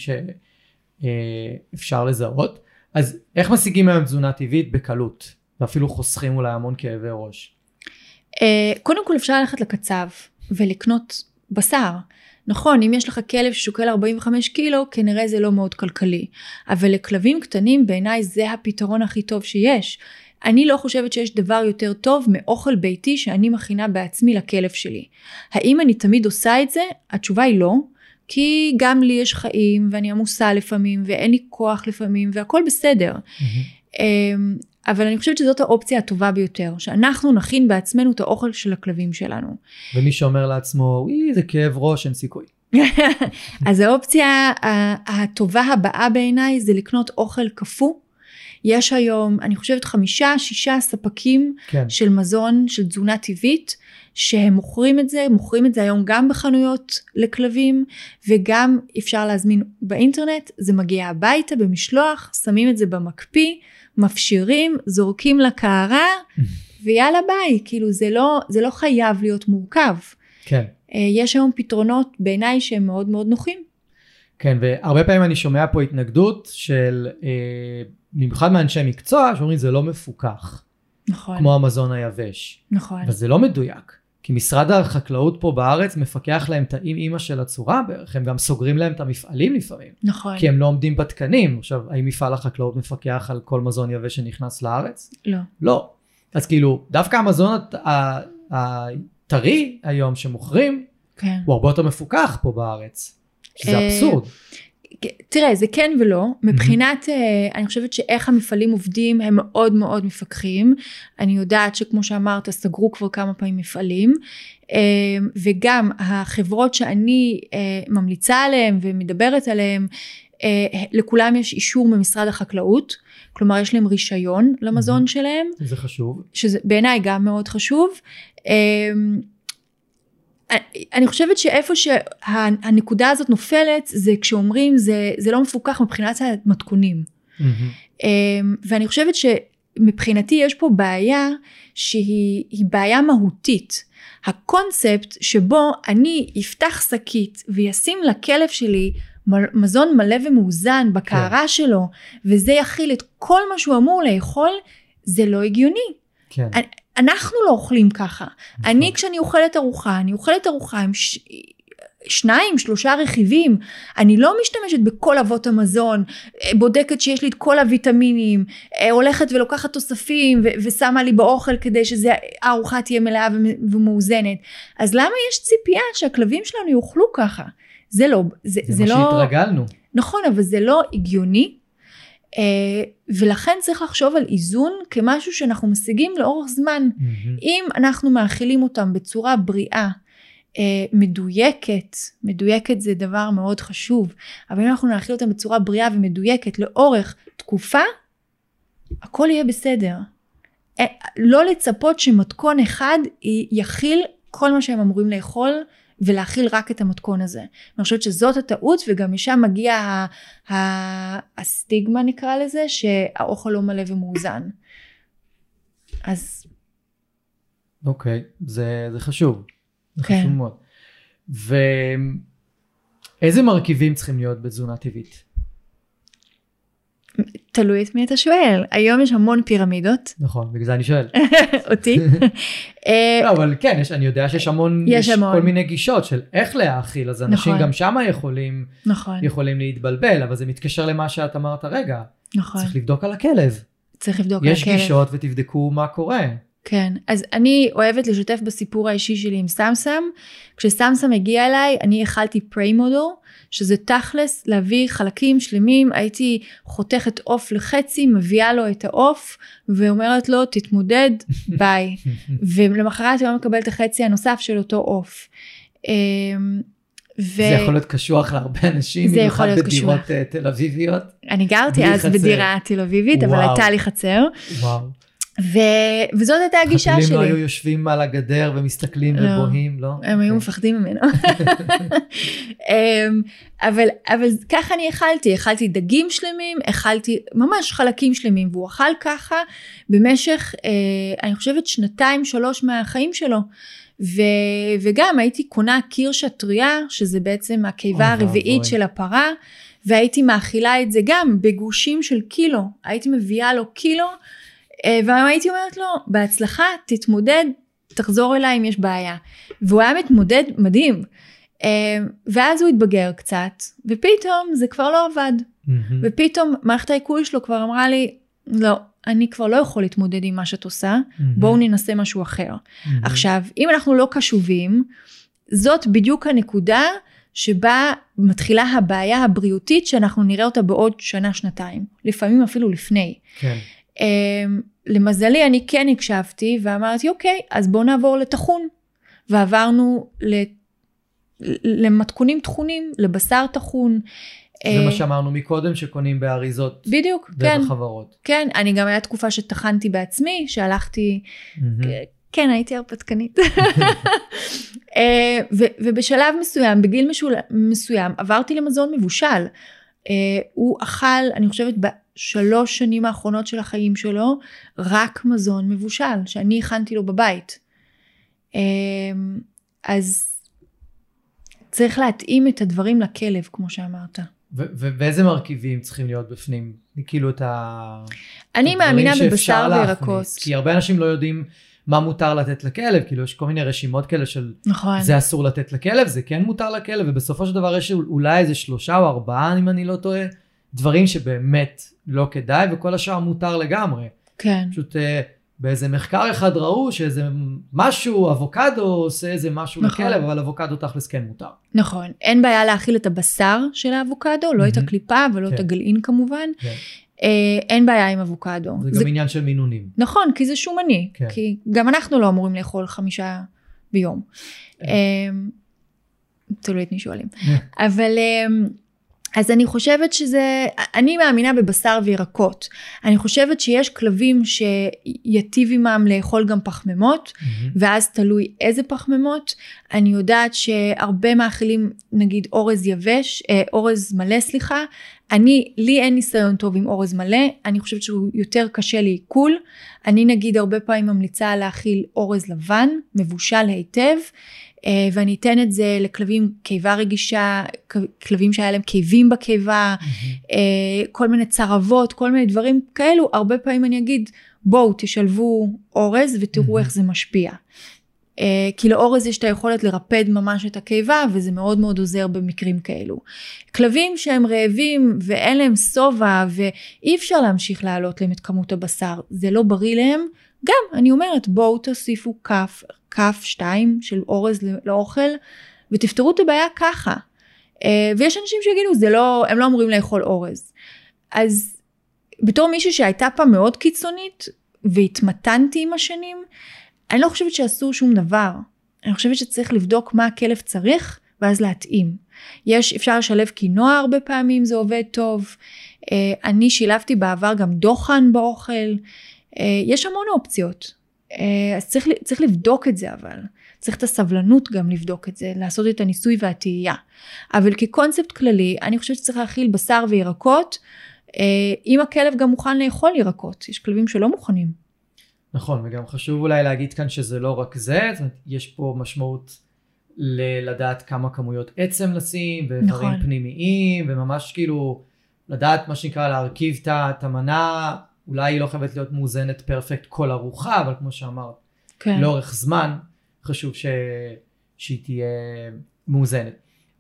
שאפשר לזהות. אז איך משיגים היום תזונה טבעית? בקלות, ואפילו חוסכים אולי המון כאבי ראש. קודם כל אפשר ללכת לקצב, ולקנות בשר. נכון, אם יש לך כלב ששוקל ארבעים וחמישה קילו, כנראה זה לא מאוד כלכלי. אבל לכלבים קטנים, בעיניי זה הפתרון הכי טוב שיש. אני לא חושבת שיש דבר יותר טוב מאוכל ביתי שאני מכינה בעצמי לכלב שלי. האם אני תמיד עושה את זה? התשובה היא לא. כי גם לי יש חיים, ואני עמוסה לפעמים, ואין לי כוח לפעמים, והכל בסדר. Mm-hmm. אבל אני חושבת שזאת האופציה הטובה ביותר, שאנחנו נכין בעצמנו את האוכל של הכלבים שלנו. ומי שאומר לעצמו, וואי, זה כאב ראש, אין סיכוי. אז האופציה הטובה הבאה בעיניי, זה לקנות אוכל קפוא. יש היום, אני חושבת, חמישה, שישה ספקים כן. של מזון, של תזונה טבעית, שהם מוכרים את זה, מוכרים את זה היום גם בחנויות לכלבים, וגם אפשר להזמין באינטרנט, זה מגיע הביתה במשלוח, שמים את זה במקפיא, מפשירים, זורקים לקערה, ויאללה ביי, כאילו זה לא, זה לא חייב להיות מורכב. כן. יש היום פתרונות בעיניי שהם מאוד מאוד נוחים. כן, והרבה פעמים אני שומע פה התנגדות של, במיוחד מאנשי מקצוע, שאומרים זה לא מפוקח. נכון. כמו המזון היבש. נכון. וזה לא מדויק. כי משרד החקלאות פה בארץ מפקח להם את האמא של הצורה בערך, הם גם סוגרים להם את המפעלים לפעמים. נכון. כי הם לא עומדים בתקנים. עכשיו, האם מפעל החקלאות מפקח על כל מזון יבש שנכנס לארץ? לא. לא. אז כאילו, דווקא המזון הטרי היום שמוכרים, כן. הוא הרבה יותר מפוקח פה בארץ. שזה אבסורד. תראה, זה כן ולא, מבחינת, אני חושבת שאיך המפעלים עובדים, הם מאוד מאוד מפקחים, אני יודעת שכמו שאמרת, סגרו כבר כמה פעמים מפעלים, וגם החברות שאני ממליצה עליהן ומדברת עליהן, לכולם יש אישור ממשרד החקלאות, כלומר יש להם רישיון למזון שלהם. זה חשוב. שזה בעיניי גם מאוד חשוב. אני חושבת שאיפה שהנקודה הזאת נופלת, זה כשאומרים זה, זה לא מפוקח מבחינת המתכונים. Mm-hmm. ואני חושבת שמבחינתי יש פה בעיה שהיא בעיה מהותית. הקונספט שבו אני אפתח שקית וישים לכלב שלי מזון מלא ומאוזן בקערה כן. שלו, וזה יכיל את כל מה שהוא אמור לאכול, זה לא הגיוני. כן. אני, אנחנו לא אוכלים ככה. נכון. אני כשאני אוכלת ארוחה, אני אוכלת ארוחה עם ש... שניים, שלושה רכיבים. אני לא משתמשת בכל אבות המזון, בודקת שיש לי את כל הוויטמינים, הולכת ולוקחת תוספים ו... ושמה לי באוכל כדי שזה הארוחה תהיה מלאה ומאוזנת. אז למה יש ציפייה שהכלבים שלנו יאכלו ככה? זה לא... זה, זה, זה מה לא... שהתרגלנו. נכון, אבל זה לא הגיוני. ולכן צריך לחשוב על איזון כמשהו שאנחנו משיגים לאורך זמן. Mm-hmm. אם אנחנו מאכילים אותם בצורה בריאה, מדויקת, מדויקת זה דבר מאוד חשוב, אבל אם אנחנו נאכיל אותם בצורה בריאה ומדויקת לאורך תקופה, הכל יהיה בסדר. לא לצפות שמתכון אחד יכיל כל מה שהם אמורים לאכול, ולהכיל רק את המתכון הזה. אני חושבת שזאת הטעות, וגם משם מגיע ה- ה- הסטיגמה נקרא לזה, שהאוכל לא מלא ומאוזן. אז... אוקיי, זה, זה חשוב. זה כן. חשוב מאוד. ואיזה מרכיבים צריכים להיות בתזונה טבעית? תלוי את מי אתה שואל. היום יש המון פירמידות. נכון, בגלל זה אני שואל. אותי. לא, אבל כן, יש, אני יודע שיש המון, יש, יש המון. כל מיני גישות של איך להאכיל, אז אנשים נכון. גם שם יכולים, נכון. יכולים להתבלבל, אבל זה מתקשר למה שאת אמרת רגע. נכון. צריך לבדוק על הכלב. צריך לבדוק על יש הכלב. גישות ותבדקו מה קורה. כן, אז אני אוהבת לשתף בסיפור האישי שלי עם סמסם. כשסמסם הגיע אליי, אני אכלתי פריי מודל, שזה תכלס להביא חלקים שלמים, הייתי חותכת עוף לחצי, מביאה לו את העוף, ואומרת לו, תתמודד, ביי. ולמחרת הוא מקבל את החצי הנוסף של אותו עוף. ו... זה יכול להיות קשוח להרבה אנשים, זה יכול להיות קשוח. בדירות uh, תל אביביות. אני גרתי אז חצר. בדירה תל אביבית, וואו. אבל הייתה לי חצר. וואו. ו... וזאת הייתה הגישה שלי. חתולים לא היו יושבים על הגדר ומסתכלים לא, ובוהים, לא? הם okay. היו מפחדים ממנו. אבל, אבל ככה אני אכלתי, אכלתי דגים שלמים, אכלתי ממש חלקים שלמים, והוא אכל ככה במשך, אני חושבת שנתיים, שלוש מהחיים שלו. ו... וגם הייתי קונה קירשה טריה, שזה בעצם הקיבה הרביעית של הפרה, והייתי מאכילה את זה גם בגושים של קילו, הייתי מביאה לו קילו, והייתי אומרת לו, בהצלחה, תתמודד, תחזור אליי אם יש בעיה. והוא היה מתמודד מדהים. ואז הוא התבגר קצת, ופתאום זה כבר לא עבד. Mm-hmm. ופתאום מערכת העיכול שלו כבר אמרה לי, לא, אני כבר לא יכול להתמודד עם מה שאת עושה, mm-hmm. בואו ננסה משהו אחר. Mm-hmm. עכשיו, אם אנחנו לא קשובים, זאת בדיוק הנקודה שבה מתחילה הבעיה הבריאותית, שאנחנו נראה אותה בעוד שנה, שנתיים. לפעמים אפילו לפני. כן. למזלי אני כן הקשבתי ואמרתי אוקיי אז בואו נעבור לתחון ועברנו למתכונים תכונים לבשר תחון. זה מה שאמרנו מקודם שקונים באריזות בדיוק דרך כן חברות. כן אני גם היה תקופה שטחנתי בעצמי שהלכתי כן הייתי הרפתקנית ובשלב מסוים בגיל מסוים עברתי למזון מבושל. הוא אכל אני חושבת שלוש שנים האחרונות של החיים שלו, רק מזון מבושל, שאני הכנתי לו בבית. אז צריך להתאים את הדברים לכלב, כמו שאמרת. ואיזה מרכיבים צריכים להיות בפנים? כאילו את ה... אני מאמינה בבשר וירקות. כי הרבה אנשים לא יודעים מה מותר לתת לכלב, כאילו יש כל מיני רשימות כאלה של זה אסור לתת לכלב, זה כן מותר לכלב, ובסופו של דבר יש אולי איזה שלושה או ארבעה, אם אני לא טועה, דברים שבאמת לא כדאי, וכל השאר מותר לגמרי. כן. פשוט באיזה מחקר אחד ראו שאיזה משהו, אבוקדו עושה איזה משהו נכון. לכלב, אבל אבוקדו תכלס כן מותר. נכון. אין בעיה להאכיל את הבשר של האבוקדו, לא mm-hmm. את הקליפה ולא כן. את הגלעין כמובן. כן. אה, אין בעיה עם אבוקדו. זה, זה גם עניין של מינונים. נכון, כי זה שומני. כן. כי גם אנחנו לא אמורים לאכול חמישה ביום. כן. אה, תלוי את מי שואלים. אבל... אה, אז אני חושבת שזה, אני מאמינה בבשר וירקות. אני חושבת שיש כלבים שיטיב עמם לאכול גם פחמימות, mm-hmm. ואז תלוי איזה פחמימות. אני יודעת שהרבה מאכילים, נגיד אורז יבש, אה, אורז מלא סליחה. אני, לי אין ניסיון טוב עם אורז מלא, אני חושבת שהוא יותר קשה לעיכול. אני נגיד הרבה פעמים ממליצה להאכיל אורז לבן, מבושל היטב, ואני אתן את זה לכלבים קיבה רגישה, כלבים שהיה להם כאבים בקיבה, mm-hmm. כל מיני צרבות, כל מיני דברים כאלו, הרבה פעמים אני אגיד, בואו תשלבו אורז ותראו mm-hmm. איך זה משפיע. כי לאורז יש את היכולת לרפד ממש את הקיבה, וזה מאוד מאוד עוזר במקרים כאלו. כלבים שהם רעבים ואין להם סובה, ואי אפשר להמשיך להעלות להם את כמות הבשר, זה לא בריא להם, גם אני אומרת בואו תוסיפו כף, כף שתיים של אורז לאוכל, ותפתרו את הבעיה ככה. ויש אנשים שיגידו, זה לא, הם לא אמורים לאכול אורז. אז בתור מישהו שהייתה פעם מאוד קיצונית, והתמתנתי עם השנים, אני לא חושבת שעשו שום דבר. אני חושבת שצריך לבדוק מה הכלב צריך, ואז להתאים. יש, אפשר לשלב קינוע הרבה פעמים, זה עובד טוב. אני שילבתי בעבר גם דוחן באוכל. יש המון אופציות. אז צריך, צריך לבדוק את זה אבל. צריך את הסבלנות גם לבדוק את זה, לעשות את הניסוי והתהייה. אבל כקונספט כללי, אני חושבת שצריך להכיל בשר וירקות, אם הכלב גם מוכן לאכול ירקות. יש כלבים שלא מוכנים. נכון, וגם חשוב אולי להגיד כאן שזה לא רק זה, זאת אומרת, יש פה משמעות לדעת כמה כמויות עצם לשים, ודברים נכון. פנימיים, וממש כאילו לדעת מה שנקרא להרכיב את המנה, אולי היא לא חייבת להיות מאוזנת פרפקט כל ארוחה, אבל כמו שאמרת, כן. לאורך זמן חשוב ש... שהיא תהיה מאוזנת.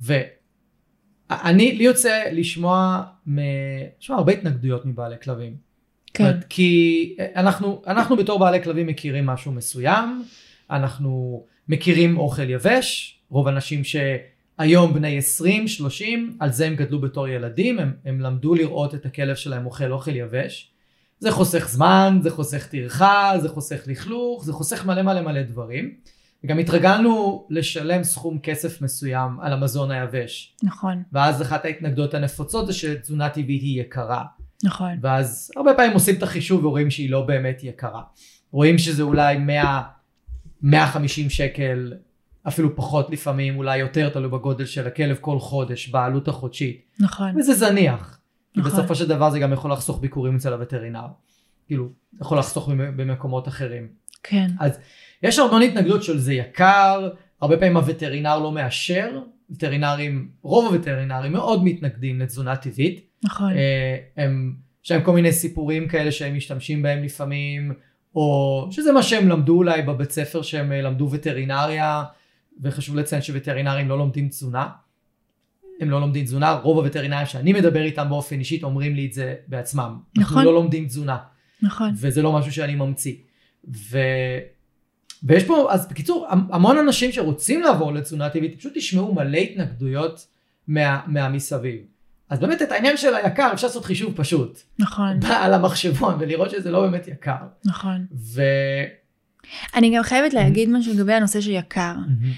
ואני, לי יוצא לשמוע, מ... לשמוע הרבה התנגדויות מבעלי כלבים. כן. אומרת, כי אנחנו, אנחנו בתור בעלי כלבים מכירים משהו מסוים, אנחנו מכירים אוכל יבש, רוב אנשים שהיום בני עשרים שלושים, על זה הם גדלו בתור ילדים, הם, הם למדו לראות את הכלב שלהם אוכל אוכל יבש, זה חוסך זמן, זה חוסך טרחה, זה חוסך לכלוך, זה חוסך מלא מלא מלא דברים. וגם התרגלנו לשלם סכום כסף מסוים על המזון היבש. נכון. ואז אחת ההתנגדות הנפוצות זה שתזונה טבעית היא יקרה. נכון. ואז הרבה פעמים עושים את החישוב ורואים שהיא לא באמת יקרה. רואים שזה אולי מאה, מאה וחמישים שקל, אפילו פחות לפעמים, אולי יותר תלוי בגודל של הכלב כל חודש, בעלות החודשית. נכון. וזה זניח. כי בסופו של דבר זה גם יכול לחסוך ביקורים אצל הווטרינר. כאילו, יכול לחסוך במקומות אחרים. כן. אז יש הרבה התנגדות של זה יקר, הרבה פעמים הווטרינר לא מאשר, וטרינרים, רוב הווטרינרים מאוד מתנגדים לתזונה טבעית. נכון. הם, יש להם כל מיני סיפורים כאלה שהם משתמשים בהם לפעמים, או שזה מה שהם למדו אולי בבית ספר שהם למדו וטרינריה, וחשוב לציין שווטרינרים לא לומדים תזונה. הם לא לומדים תזונה, רוב הווטרינרים שאני מדבר איתם באופן אישית אומרים לי את זה בעצמם. נכון. אנחנו לא לומדים תזונה. נכון. וזה לא משהו שאני ממציא. ו... ויש פה, אז בקיצור, המון אנשים שרוצים לעבור לתזונה טבעית, פשוט תשמעו מלא התנגדויות מה, מהמסביב. אז באמת את העניין של היקר, אפשר לעשות חישוב פשוט. נכון. על המחשבון, ולראות שזה לא באמת יקר. נכון. ו... אני גם חייבת להגיד משהו לגבי הנושא של יקר.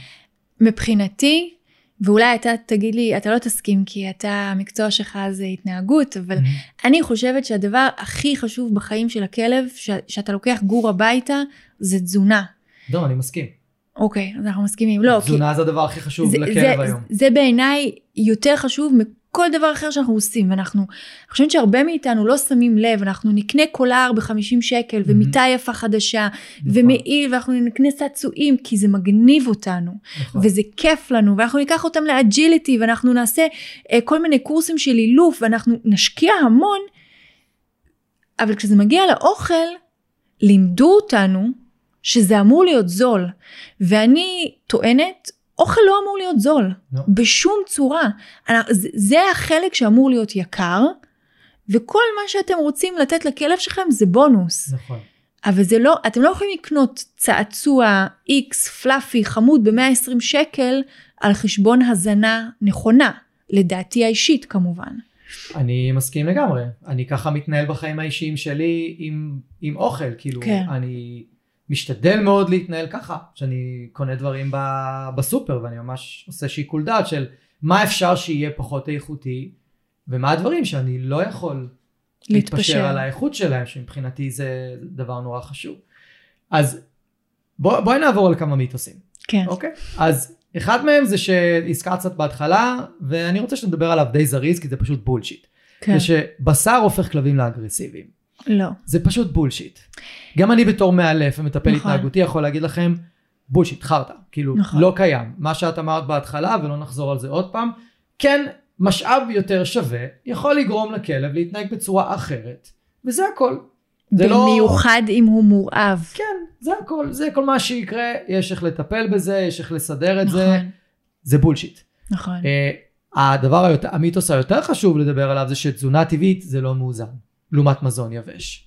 מבחינתי, ואולי אתה תגיד לי, אתה לא תסכים, כי אתה, המקצוע שלך זה התנהגות, אבל mm-hmm. אני חושבת שהדבר הכי חשוב בחיים של הכלב, ש- שאתה לוקח גור הביתה, זה תזונה. לא, אני מסכים. אוקיי, אז אנחנו מסכימים. לא, תזונה כי... זה הדבר הכי חשוב זה, לכלב זה, היום. זה בעיניי יותר חשוב כל דבר אחר שאנחנו עושים, ואנחנו חושבים שהרבה מאיתנו לא שמים לב, אנחנו נקנה קולר ב-חמישים שקל, ומיטה יפה חדשה, ומעיל, ואנחנו נקנה צעצועים, כי זה מגניב אותנו, וזה כיף לנו, ואנחנו ניקח אותם לאג'יליטי, ואנחנו נעשה כל מיני קורסים של אילוף, ואנחנו נשקיע המון, אבל כשזה מגיע לאוכל, לימדו אותנו, שזה אמור להיות זול, ואני טוענת, אוכל לא אמור להיות זול, no. בשום צורה. זה, זה החלק שאמור להיות יקר, וכל מה שאתם רוצים לתת לכלב שלכם זה בונוס. נכון. אבל זה לא, אתם לא יכולים לקנות צעצוע X, פלאפי, חמוד ב-מאה ועשרים שקל, על חשבון הזנה נכונה, לדעתי האישית כמובן. אני מסכים לגמרי. אני ככה מתנהל בחיים האישיים שלי עם, עם אוכל, כאילו כן. אני... משתדל מאוד להתנהל ככה, שאני קונה דברים בסופר, ואני ממש עושה שיקול דעת של מה אפשר שיהיה פחות איכותי, ומה הדברים שאני לא יכול להתפשר, להתפשר על האיכות שלהם, שמבחינתי זה דבר נורא חשוב. אז בוא, בואי נעבור על כמה מיתוסים. כן. אוקיי? אז אחד מהם זה שהזכרת קצת בהתחלה, ואני רוצה שנדבר עליו די זריז, כי זה פשוט בולשיט. כן. זה שבשר הופך כלבים לאגרסיביים. לא. זה פשוט בולשיט. גם אני בתור מאלף ומטפל נכון. התנהגותי יכול להגיד לכם, בולשיט, חרטה. כאילו, נכון. לא קיים. מה שאת אמרת בהתחלה, ולא נחזור על זה עוד פעם, כן, משאב יותר שווה, יכול לגרום לכלב להתנהג בצורה אחרת. וזה הכל. במיוחד לא... אם הוא מורעב. כן, זה הכל. זה כל מה שיקרה, יש איך לטפל בזה, יש איך לסדר את נכון. זה. זה בולשיט. נכון. Uh, הדבר היותר, המיתוס היותר חשוב לדבר עליו, זה שתזונה טבעית זה לא מאוזן. לעומת מזון יבש.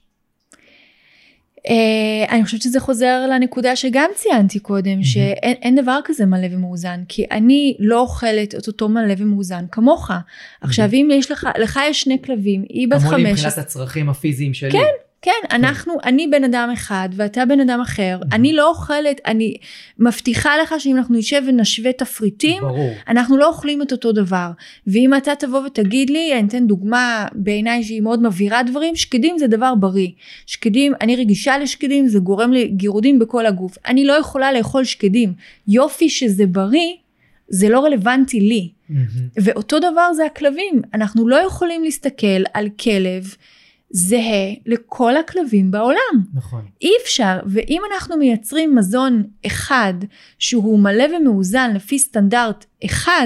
אני חושבת שזה חוזר לנקודה שגם ציינתי קודם, שאין דבר כזה מלא ומאוזן, כי אני לא אוכלת את אותו מלא ומאוזן כמוך. עכשיו אם יש לך, לך יש שני כלבים, היא בת חמש. אמרו לי מבחינת הצרכים הפיזיים שלי. כן. כן, אנחנו, אני בן אדם אחד, ואתה בן אדם אחר, אני לא אוכלת, אני מבטיחה לך שאם אנחנו נשב ונשווה תפריטים, אנחנו לא אוכלים את אותו דבר, ואם אתה תבוא ותגיד לי, אני אתן דוגמה בעיניי שהיא מאוד מבהירה דברים, שקדים זה דבר בריא, שקדים, אני רגישה לשקדים, זה גורם לי גירודים בכל הגוף, אני לא יכולה לאכול שקדים, יופי שזה בריא, זה לא רלוונטי לי, ואותו דבר זה הכלבים, אנחנו לא יכולים להסתכל על כלב, זהה לכל הכלבים בעולם. נכון. אי אפשר, ואם אנחנו מייצרים מזון אחד, שהוא מלא ומאוזן לפי סטנדרט אחד,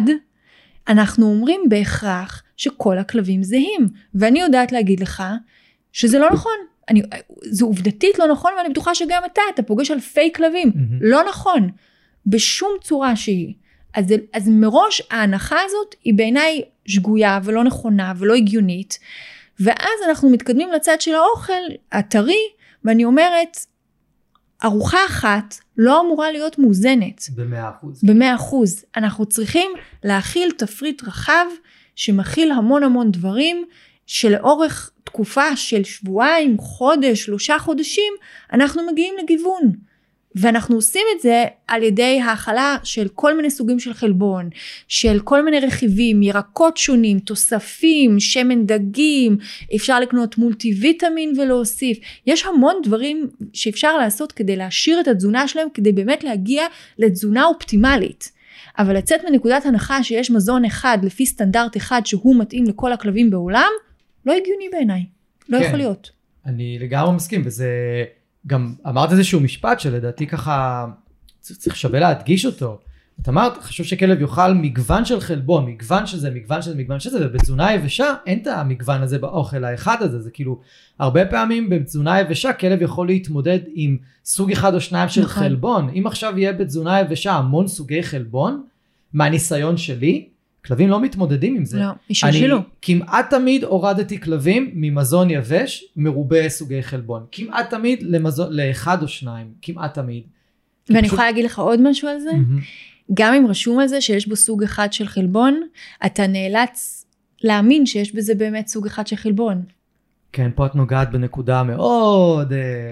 אנחנו אומרים בהכרח שכל הכלבים זהים. ואני יודעת להגיד לך, שזה לא נכון. אני, זה עובדתית לא נכון, ואני בטוחה שגם אתה, אתה פוגש אלפי כלבים. Mm-hmm. לא נכון. בשום צורה שהיא. אז, אז מראש ההנחה הזאת, היא בעיניי שגויה, ולא נכונה, ולא הגיונית, ואז אנחנו מתקדמים לצד של האוכל הטרי, ואני אומרת, ארוחה אחת לא אמורה להיות מאוזנת. במאה אחוז. במאה אחוז. אנחנו צריכים להכיל תפריט רחב, שמכיל המון המון דברים, שלאורך תקופה של שבועיים, חודש, שלושה חודשים, אנחנו מגיעים לגיוון. ואנחנו עושים את זה על ידי האכלה של כל מיני סוגים של חלבון, של כל מיני רכיבים, ירקות שונים, תוספים, שמן דגים, אפשר לקנות מולטי ויטמין ולהוסיף. יש המון דברים שאפשר לעשות כדי להשאיר את התזונה שלהם, כדי באמת להגיע לתזונה אופטימלית. אבל לצאת מנקודת הנחה שיש מזון אחד לפי סטנדרט אחד שהוא מתאים לכל הכלבים בעולם, לא הגיוני בעיניי. לא כן, יכול להיות. אני לגמרי מסכים, וזה... גם אמרת איזשהו משפט שלדעתי ככה צריך שווה להדגיש אותו. את אמרת, חשוב שכלב יאכל מגוון של חלבון, מגוון שזה, מגוון שזה, מגוון שזה, ובתזונה יבשה אין את המגוון הזה באוכל האחד הזה, זה כאילו, הרבה פעמים בתזונה יבשה כלב יכול להתמודד עם סוג אחד או שניים של נכון. חלבון. אם עכשיו יהיה בתזונה יבשה המון סוגי חלבון, מהניסיון שלי, כלבים לא מתמודדים עם זה. לא, משום שלא. כמעט תמיד הורדתי כלבים ממזון יבש מרובה סוגי חלבון. כמעט תמיד למזון, לאחד או שניים. כמעט תמיד. ואני פשוט... יכולה להגיד לך עוד משהו על זה? Mm-hmm. גם אם רשום על זה שיש בו סוג אחד של חלבון, אתה נאלץ להאמין שיש בזה באמת סוג אחד של חלבון. כן, פה את נוגעת בנקודה מאוד...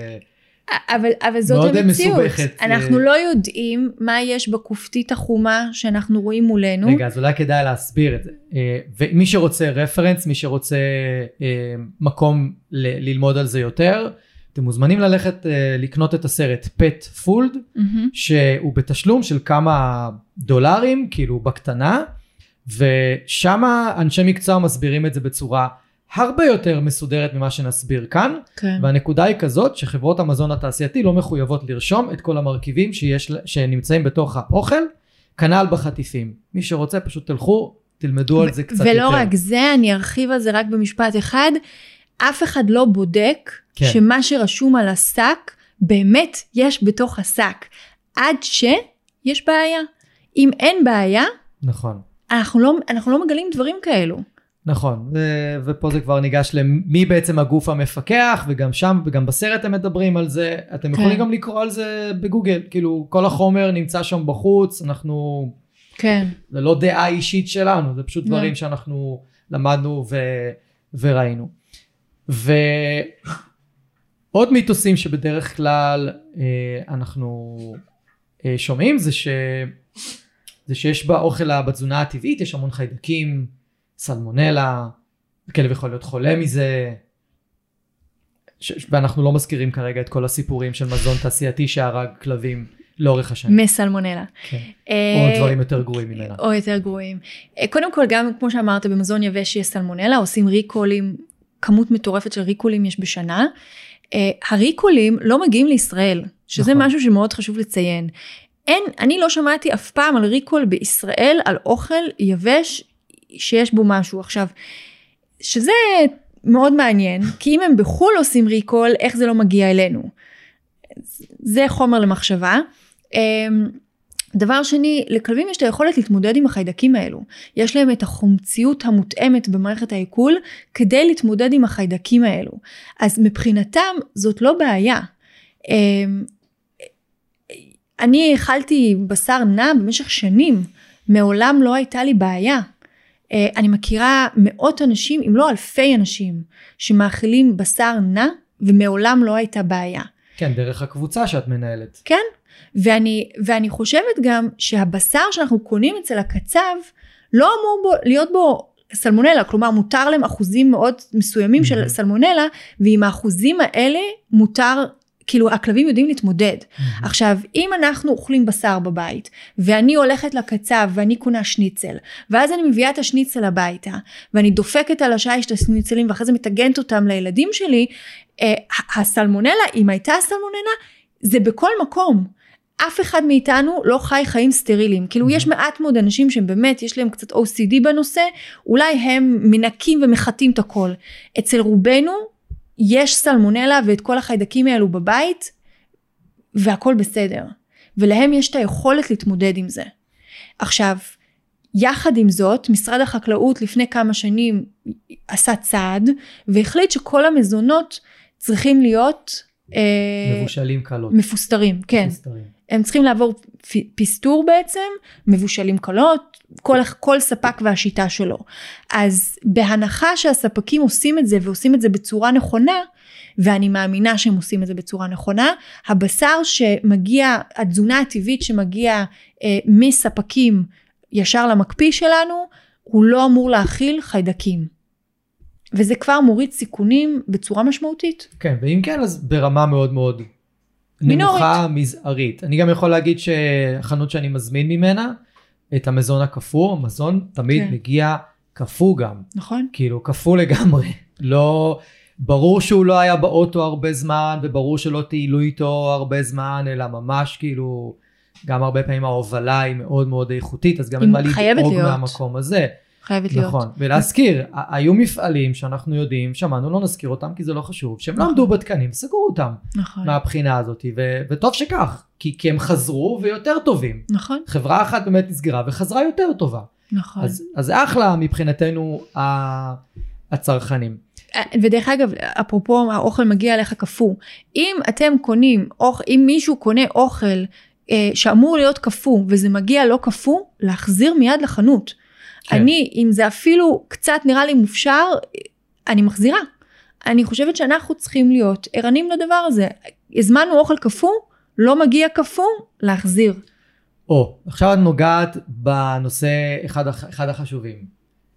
אבל, אבל זאת המציאות. אנחנו לא יודעים מה יש בכופתית החומה שאנחנו רואים מולנו. רגע, אז אולי כדאי להסביר את זה. ומי שרוצה רפרנס, מי שרוצה מקום ל- ללמוד על זה יותר, אתם מוזמנים ללכת לקנות את הסרט Pet Food, mm-hmm. שהוא בתשלום של כמה דולרים, כאילו בקטנה, ושם אנשי מקצוע מסבירים את זה בצורה הרבה יותר מסודרת ממה שנסביר כאן, כן. והנקודה היא כזאת שחברות המזון התעשייתי לא מחויבות לרשום את כל המרכיבים שיש, שנמצאים בתוך האוכל, כנ"ל בחטיפים. מי שרוצה פשוט תלכו, תלמדו על זה קצת ולא יותר. ולא רק זה, אני ארחיב על זה רק במשפט אחד, אף אחד לא בודק כן. שמה שרשום על השק, באמת יש בתוך השק, עד שיש בעיה. אם אין בעיה, נכון. אנחנו לא, אנחנו לא מגלים דברים כאלו. נכון, ו- ופה זה כבר ניגש למי בעצם הגוף המפקח, וגם שם, וגם בסרט הם מדברים על זה, אתם יכולים כן. גם לקרוא על זה בגוגל, כאילו כל החומר נמצא שם בחוץ, אנחנו, כן. זה לא דעה אישית שלנו, זה פשוט דברים לא. שאנחנו למדנו ו- וראינו. ועוד מיתוסים שבדרך כלל אה, אנחנו אה, שומעים, זה, ש- זה שיש באוכל, בתזונה הטבעית, יש המון חיידקים, סלמונלה, הכלב יכול להיות חולה מזה, ש- ואנחנו לא מזכירים כרגע את כל הסיפורים של מזון תעשייתי שהרג כלבים לאורך השנים. מסלמונלה. כן. אה, או דברים יותר גרועים ממנה. או יותר גרועים. אה, קודם כל, גם כמו שאמרת, במזון יבש יש סלמונלה, עושים ריקולים, כמות מטורפת של ריקולים יש בשנה. אה, הריקולים לא מגיעים לישראל, שזה נכון. משהו שמאוד חשוב לציין. אין, אני לא שמעתי אף פעם על ריקול בישראל, על אוכל יבש, שיש בו משהו. עכשיו, שזה מאוד מעניין, כי אם הם בחול עושים ריקול, איך זה לא מגיע אלינו? זה חומר למחשבה. דבר שני, לכלבים יש את היכולת להתמודד עם החיידקים האלו. יש להם את החומציות המותאמת במערכת העיכול, כדי להתמודד עם החיידקים האלו. אז מבחינתם, זאת לא בעיה. אני אכלתי בשר נע במשך שנים, מעולם לא הייתה לי בעיה. אני מכירה מאות אנשים, אם לא אלפי אנשים, שמאכילים בשר נע, ומעולם לא הייתה בעיה. כן, דרך הקבוצה שאת מנהלת. כן, ואני, ואני חושבת גם שהבשר שאנחנו קונים אצל הקצב, לא אמור בו, להיות בו סלמונלה, כלומר מותר להם אחוזים מאוד מסוימים mm-hmm. של סלמונלה, ועם האחוזים האלה מותר, כאילו הכלבים יודעים להתמודד. Mm-hmm. עכשיו, אם אנחנו אוכלים בשר בבית, ואני הולכת לקצב ואני קונה שניצל, ואז אני מביאה את השניצל הביתה, ואני דופקת על השיש את השניצלים, ואחרי זה מתגנת אותם לילדים שלי, אה, הסלמונלה, אם הייתה סלמונלה, זה בכל מקום. אף אחד מאיתנו לא חי חיים סטריליים. כאילו יש מעט מאוד אנשים שהם באמת, יש להם קצת או סי די בנושא, אולי הם מנקים ומחטים את הכל. אצל רובנו, יש סלמונלה ואת כל החיידקים האלו בבית, והכל בסדר. ולהם יש את היכולת להתמודד עם זה. עכשיו, יחד עם זאת, משרד החקלאות לפני כמה שנים עשה צעד, והחליט שכל המזונות צריכים להיות מבושלים קלות. מפוסטרים, כן. מפוסטרים. הם צריכים לעבור פסטור בעצם, מבושלים קלות, כל, כל ספק והשיטה שלו. אז בהנחה שהספקים עושים את זה, ועושים את זה בצורה נכונה, ואני מאמינה שהם עושים את זה בצורה נכונה, הבשר שמגיע, התזונה הטבעית שמגיע אה, מספקים ישר למקפיא שלנו, הוא לא אמור להכיל חיידקים. וזה כבר מוריד סיכונים בצורה משמעותית. כן, ואם כן, אז ברמה מאוד מאוד מינורית. נמוכה, מזערית. אני גם יכול להגיד שהחנות שאני מזמין ממנה, את המזון הקפוא, המזון תמיד כן. מגיע קפוא גם. נכון. כאילו, קפוא לגמרי. לא, ברור שהוא לא היה באוטו הרבה זמן, וברור שלא תהילו איתו הרבה זמן, אלא ממש כאילו, גם הרבה פעמים ההובלה היא מאוד מאוד איכותית, אז גם אין מה לדאוג מהמקום הזה. חייבת להיות. נכון, ולהזכיר, היו מפעלים שאנחנו יודעים, שמענו, לא נזכיר אותם כי זה לא חשוב, שהם לא עמדו בתקנים, סגרו אותם נכון. מהבחינה הזאת, ו- וטוב שכך, כי, כי הם חזרו ויותר טובים. נכון. חברה אחת באמת נסגרה וחזרה יותר טובה. נכון. אז, אז אחלה מבחינתנו הצרכנים. ודרך אגב, אפרופו האוכל מגיע אליך קפוא, אם אתם קונים, אם מישהו קונה אוכל אה, שאמור להיות קפוא, וזה מגיע לא קפוא, להחזיר מיד לחנות. כן. אני, אם זה אפילו קצת נראה לי מופשר, אני מחזירה. אני חושבת שאנחנו צריכים להיות ערנים לדבר הזה. הזמנו אוכל קפוא, לא מגיע קפוא, להחזיר. או, עכשיו את נוגעת בנושא אחד, אחד החשובים.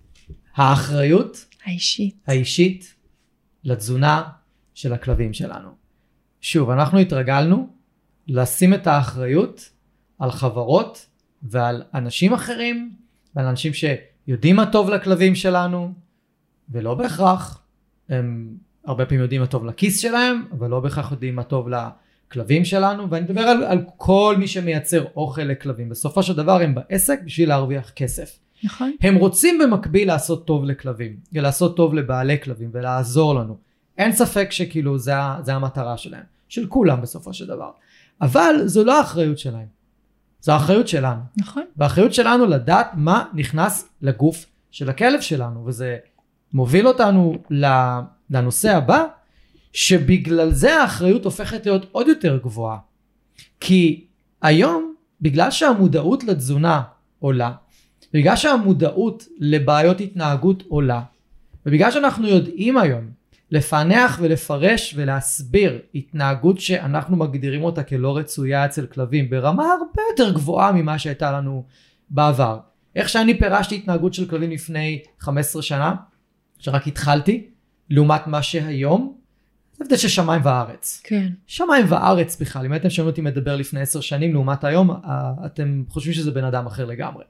האחריות האישית. האישית לתזונה של הכלבים שלנו. שוב, אנחנו התרגלנו לשים את האחריות על חברות ועל אנשים אחרים, ועל אנשים יודעים מה טוב לכלבים שלנו, ולא בהכרח, הם הרבה פעמים יודעים מה טוב לכיס שלהם, אבל לא בהכרח יודעים מה טוב לכלבים שלנו, ואני מדבר על, על כל מי שמייצר אוכל לכלבים. בסופו של דבר הם בעסק בשביל להרוויח כסף. נכון. הם רוצים במקביל לעשות טוב לכלבים, ולעשות טוב לבעלי כלבים, ולעזור לנו. אין ספק שכאילו זה, זה המטרה שלהם, של כולם בסופו של דבר. אבל זו לא האחריות שלהם. זו האחריות שלנו. נכון. והאחריות שלנו לדעת מה נכנס לגוף של הכלב שלנו, וזה מוביל אותנו לנושא הבא, שבגלל זה האחריות הופכת להיות עוד יותר גבוהה. כי היום, בגלל שהמודעות לתזונה עולה, בגלל שהמודעות לבעיות התנהגות עולה, ובגלל שאנחנו יודעים היום לפענח ולפרש ולהסביר התנהגות שאנחנו מגדירים אותה כלא רצויה אצל כלבים, ברמה הרבה יותר גבוהה ממה שהייתה לנו בעבר. איך שאני פירשתי התנהגות של כלבים לפני חמש עשרה שנה, שרק התחלתי, לעומת מה שהיום, זה הבדל של שמיים וארץ. כן. שמיים וארץ בכלל, אם הייתם שומעים אותי מדבר לפני עשר שנים, לעומת היום, אתם חושבים שזה בן אדם אחר לגמרי.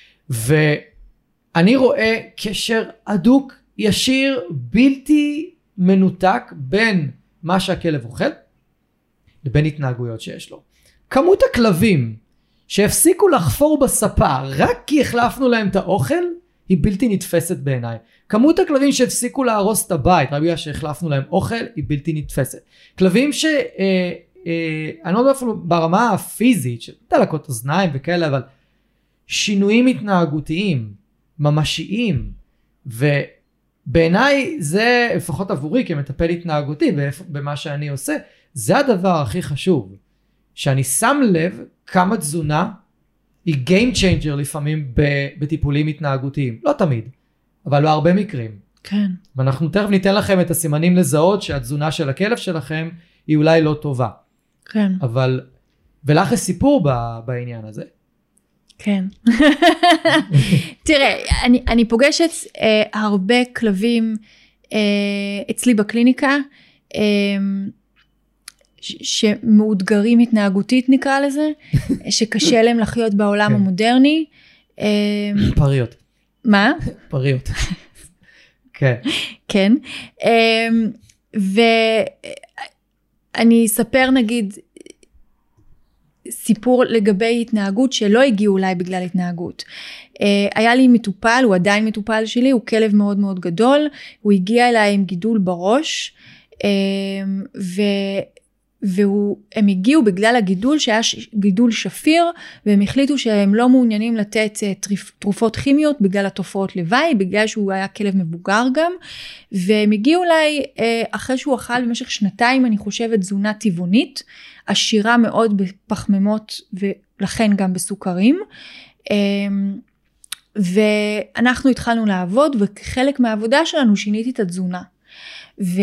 ואני רואה קשר הדוק, ישיר, בלתי מנותק, בין מה שהכלב אוכל, לבין התנהגויות שיש לו. כמות הכלבים שהפסיקו לחפור בספה, רק כי החלפנו להם את האוכל, היא בלתי נתפסת בעיניי. כמות הכלבים שהפסיקו להרוס את הבית, רק בגלל שהחלפנו להם אוכל, היא בלתי נתפסת. כלבים ש... אה, אה, אני לא יודע אפילו ברמה הפיזית, של דלקות אוזניים וכאלה, אבל שינויים התנהגותיים, ממשיים, ובעיניי זה, לפחות עבורי כמטפל התנהגותי, במה שאני עושה, זה הדבר הכי חשוב. שאני שם לב כמה תזונה, היא game changer לפעמים בטיפולים התנהגותיים. לא תמיד, אבל בהרבה מקרים. כן. ואנחנו תכף ניתן לכם את הסימנים לזהות שהתזונה של הכלב שלכם היא אולי לא טובה. כן. אבל, ולך יש סיפור בעניין הזה. כן. תראה, אני, אני פוגשת אה, הרבה כלבים אה, אצלי בקליניקה, אה, שמאותגרים התנהגותית נקרא לזה, שקשה להם לחיות בעולם המודרני. פריות. מה? פריות. כן. כן. ואני אספר נגיד סיפור לגבי התנהגות שלא הגיעו אליי בגלל התנהגות. היה לי מטופל, הוא עדיין מטופל שלי, הוא כלב מאוד מאוד גדול, הוא הגיע אליי עם גידול בראש, ו... והם הגיעו בגלל הגידול שהיה גידול שפיר, והם החליטו שהם לא מעוניינים לתת תרופות כימיות בגלל התופעות לוואי, בגלל שהוא היה כלב מבוגר גם, והם הגיעו אליי אחרי שהוא אכל במשך שנתיים, אני חושבת, תזונה טבעונית, עשירה מאוד בפחמימות ולכן גם בסוכרים, ואנחנו התחלנו לעבוד, וכחלק מהעבודה שלנו שיניתי את התזונה, ו...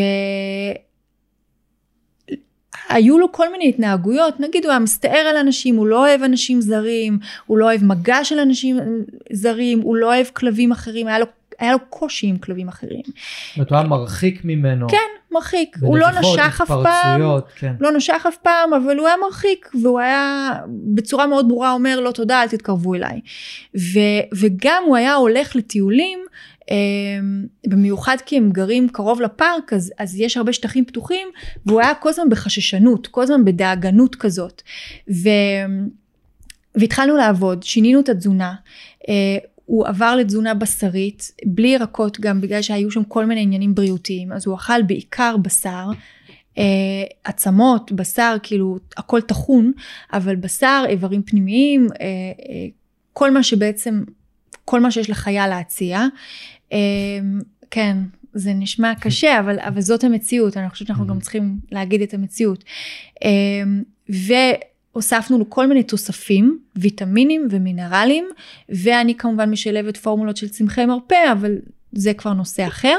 היו לו כל מיני התנהגויות, נגיד הוא היה מסתער על אנשים, הוא לא אוהב אנשים זרים, הוא לא אוהב מגע של אנשים זרים, הוא לא אוהב כלבים אחרים, היה לו, היה לו קושי עם כלבים אחרים. זאת אומרת, הוא היה מרחיק ממנו. כן, מרחיק. הוא לא נשך אף פעם, כן. לא נשך אף פעם, אבל הוא היה מרחיק, והוא היה בצורה מאוד ברורה אומר, לא תודה, אל תתקרבו אליי. ו, וגם הוא היה הולך לטיולים, במיוחד כי הם גרים קרוב לפארק, אז, אז יש הרבה שטחים פתוחים, והוא היה כל הזמן בחששנות, כל הזמן בדאגנות כזאת, ו, והתחלנו לעבוד, שינינו את התזונה, הוא עבר לתזונה בשרית, בלי ירקות גם, בגלל שהיו שם כל מיני עניינים בריאותיים, אז הוא אכל בעיקר בשר, עצמות, בשר, כאילו הכל תחון, אבל בשר, איברים פנימיים, כל מה שבעצם, כל מה שיש לחיה להציע, כן, זה נשמע קשה, אבל, אבל זאת המציאות, אני חושבת שאנחנו גם צריכים להגיד את המציאות, והוספנו לו כל מיני תוספים, ויטמינים ומינרלים, ואני כמובן משלבת פורמולות של צמחי מרפא, אבל זה כבר נושא אחר,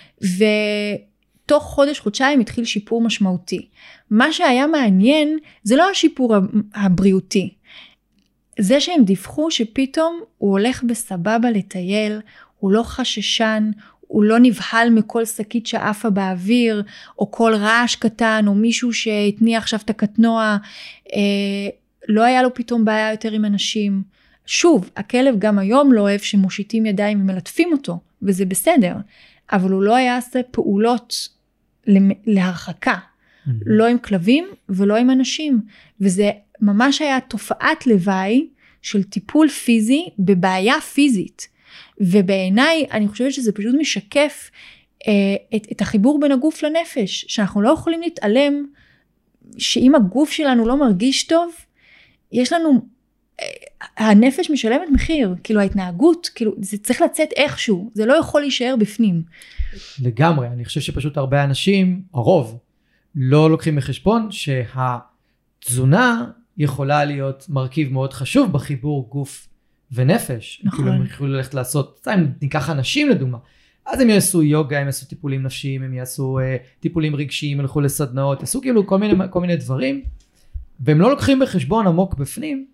ותוך חודש, חודשיים התחיל שיפור משמעותי. מה שהיה מעניין, זה לא השיפור הבריאותי, זה שהם דיווחו שפתאום הוא הולך בסבבה לטייל, הוא לא חששן, הוא לא נבהל מכל שקית שעפה באוויר, או כל רעש קטן, או מישהו שהתניע עכשיו את הקטנוע, אה, לא היה לו פתאום בעיה יותר עם אנשים, שוב, הכלב גם היום לא אוהב שמושיטים ידיים ומלטפים אותו, וזה בסדר, אבל הוא לא יעשה פעולות להרחקה, mm-hmm. לא עם כלבים ולא עם אנשים, וזה ממש היה תופעת לוואי של טיפול פיזי בבעיה פיזית, ובעיניי אני חושבת שזה פשוט משקף אה, את, את החיבור בין הגוף לנפש, שאנחנו לא יכולים להתעלם, שאם הגוף שלנו לא מרגיש טוב, יש לנו, אה, הנפש משלמת מחיר, כאילו ההתנהגות, כאילו זה צריך לצאת איכשהו, זה לא יכול להישאר בפנים. לגמרי, אני חושב שפשוט הרבה אנשים, הרוב, לא לוקחים בחשבון שהתזונה יכולה להיות מרכיב מאוד חשוב בחיבור גוף ונפש. נכון. כאילו הם יכולים ללכת לעשות, אם ניקח אנשים לדוגמה, אז הם יעשו יוגה, הם יעשו טיפולים נפשיים, הם יעשו uh, טיפולים רגשיים, ילכו לסדנאות, יעשו כאילו כל מיני, כל מיני דברים, והם לא לוקחים בחשבון עמוק בפנים,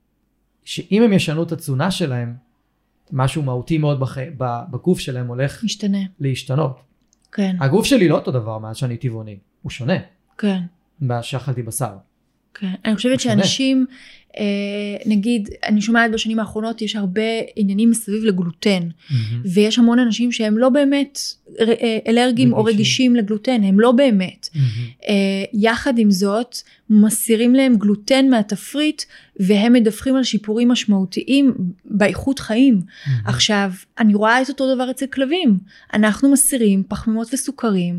שאם הם ישנו את התזונה שלהם, משהו מהותי מאוד בח... בגוף שלהם הולך משתנה. להשתנות. כן. הגוף שלי לא אותו דבר מאז שאני טבעוני, הוא שונה. כן. מאז שאכלתי בשר. כן. אני חושבת שאנשים, אה, נגיד, אני שומעת בשנים האחרונות, יש הרבה עניינים מסביב לגלוטן, mm-hmm. ויש המון אנשים שהם לא באמת אלרגיים או רגישים לגלוטן, הם לא באמת. Mm-hmm. אה, יחד עם זאת, מסירים להם גלוטן מהתפריט, והם מדווחים על שיפורים משמעותיים באיכות חיים. Mm-hmm. עכשיו, אני רואה את אותו דבר אצל כלבים. אנחנו מסירים פחמימות וסוכרים,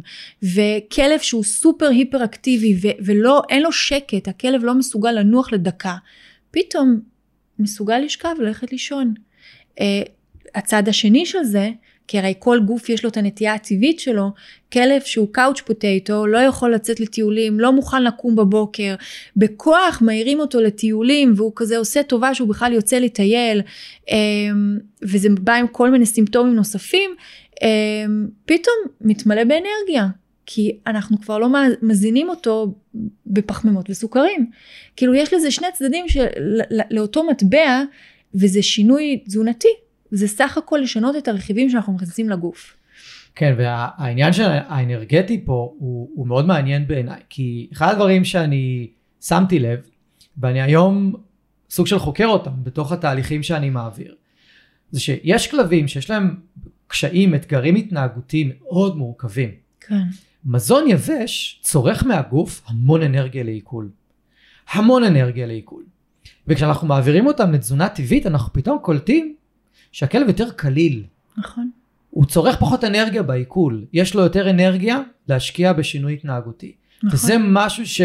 וכלב שהוא סופר היפר אקטיבי, ו- ולא, אין לו שקט, הכלב לא מסוגל לנוח לדקה, פתאום מסוגל לשכב וללכת לישון. Uh, הצד השני של זה, כי הרי כל גוף יש לו את הנטייה הטבעית שלו, כלב שהוא קאוץ' פוטטו, לא יכול לצאת לטיולים, לא מוכן לקום בבוקר, בכוח מהירים אותו לטיולים, והוא כזה עושה טובה שהוא בכלל יוצא לטייל, um, וזה בא עם כל מיני סימפטומים נוספים, um, פתאום מתמלא באנרגיה, כי אנחנו כבר לא מזינים אותו בפחמימות וסוכרים. כאילו יש לזה שני צדדים של, לאותו מטבע, וזה שינוי תזונתי. זה סך הכל לשנות את הרכיבים שאנחנו מכניסים לגוף. כן, והעניין של האנרגטי פה הוא, הוא מאוד מעניין בעיניי, כי אחד הדברים שאני שמתי לב, ואני היום סוג של חוקר אותם בתוך התהליכים שאני מעביר, זה שיש כלבים שיש להם קשיים, אתגרים התנהגותיים מאוד מורכבים. כן. מזון יבש צורך מהגוף המון אנרגיה לעיכול. המון אנרגיה לעיכול. וכשאנחנו מעבירים אותם לתזונה טבעית, אנחנו פתאום קולטים שהכלב יותר קליל. נכון. הוא צורך פחות אנרגיה בעיכול. יש לו יותר אנרגיה להשקיע בשינוי התנהגותי. נכון. וזה משהו ש,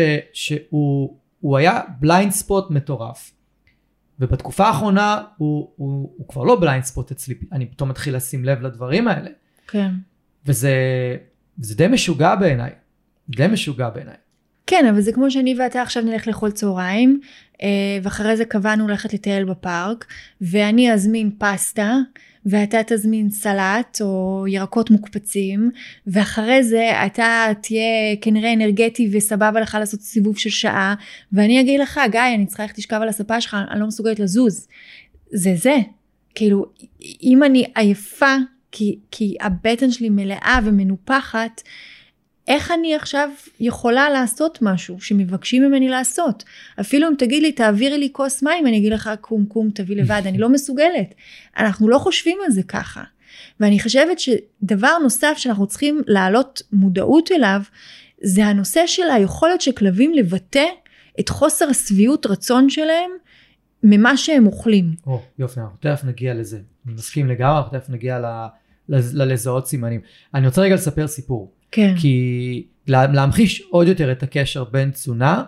שהוא הוא היה בליינד ספוט מטורף. ובתקופה האחרונה הוא, הוא, הוא כבר לא בליינד ספוט אצלי. אני פתאום מתחיל לשים לב לדברים האלה. כן. וזה... זה די משוגע בעיניי, די משוגע בעיניי. כן, אבל זה כמו שאני ואתה עכשיו נלך לאכול צהריים, ואחרי זה קבענו ללכת לטייל בפארק, ואני אזמין פסטה, ואתה תזמין סלט או ירקות מוקפצים, ואחרי זה אתה תהיה כנראה אנרגטי וסבבה לך לעשות סיבוב של שעה, ואני אגיד לך, גיא, אני צריכה איך תשכב על הספה שלך, אני לא מסוגלת לזוז. זה זה. כאילו, אם אני עייפה, כי, כי הבטן שלי מלאה ומנופחת, איך אני עכשיו יכולה לעשות משהו שמבקשים ממני לעשות? אפילו אם תגיד לי, תעבירי לי כוס מים, אני אגיד לך, קום, קום, תביא לבד, אני לא מסוגלת. אנחנו לא חושבים על זה ככה. ואני חושבת שדבר נוסף שאנחנו צריכים להעלות מודעות אליו, זה הנושא של היכולת של כלבים לבטא את חוסר הסביעות רצון שלהם, ממה שהם אוכלים. או, יופי, אנחנו תכף נגיע לזה. אני מסכים לגמרי, אנחנו תכף נגיע ל... ללזהות סימנים. אני רוצה רגע לספר סיפור. כן. כי להמחיש עוד יותר את הקשר בין תזונה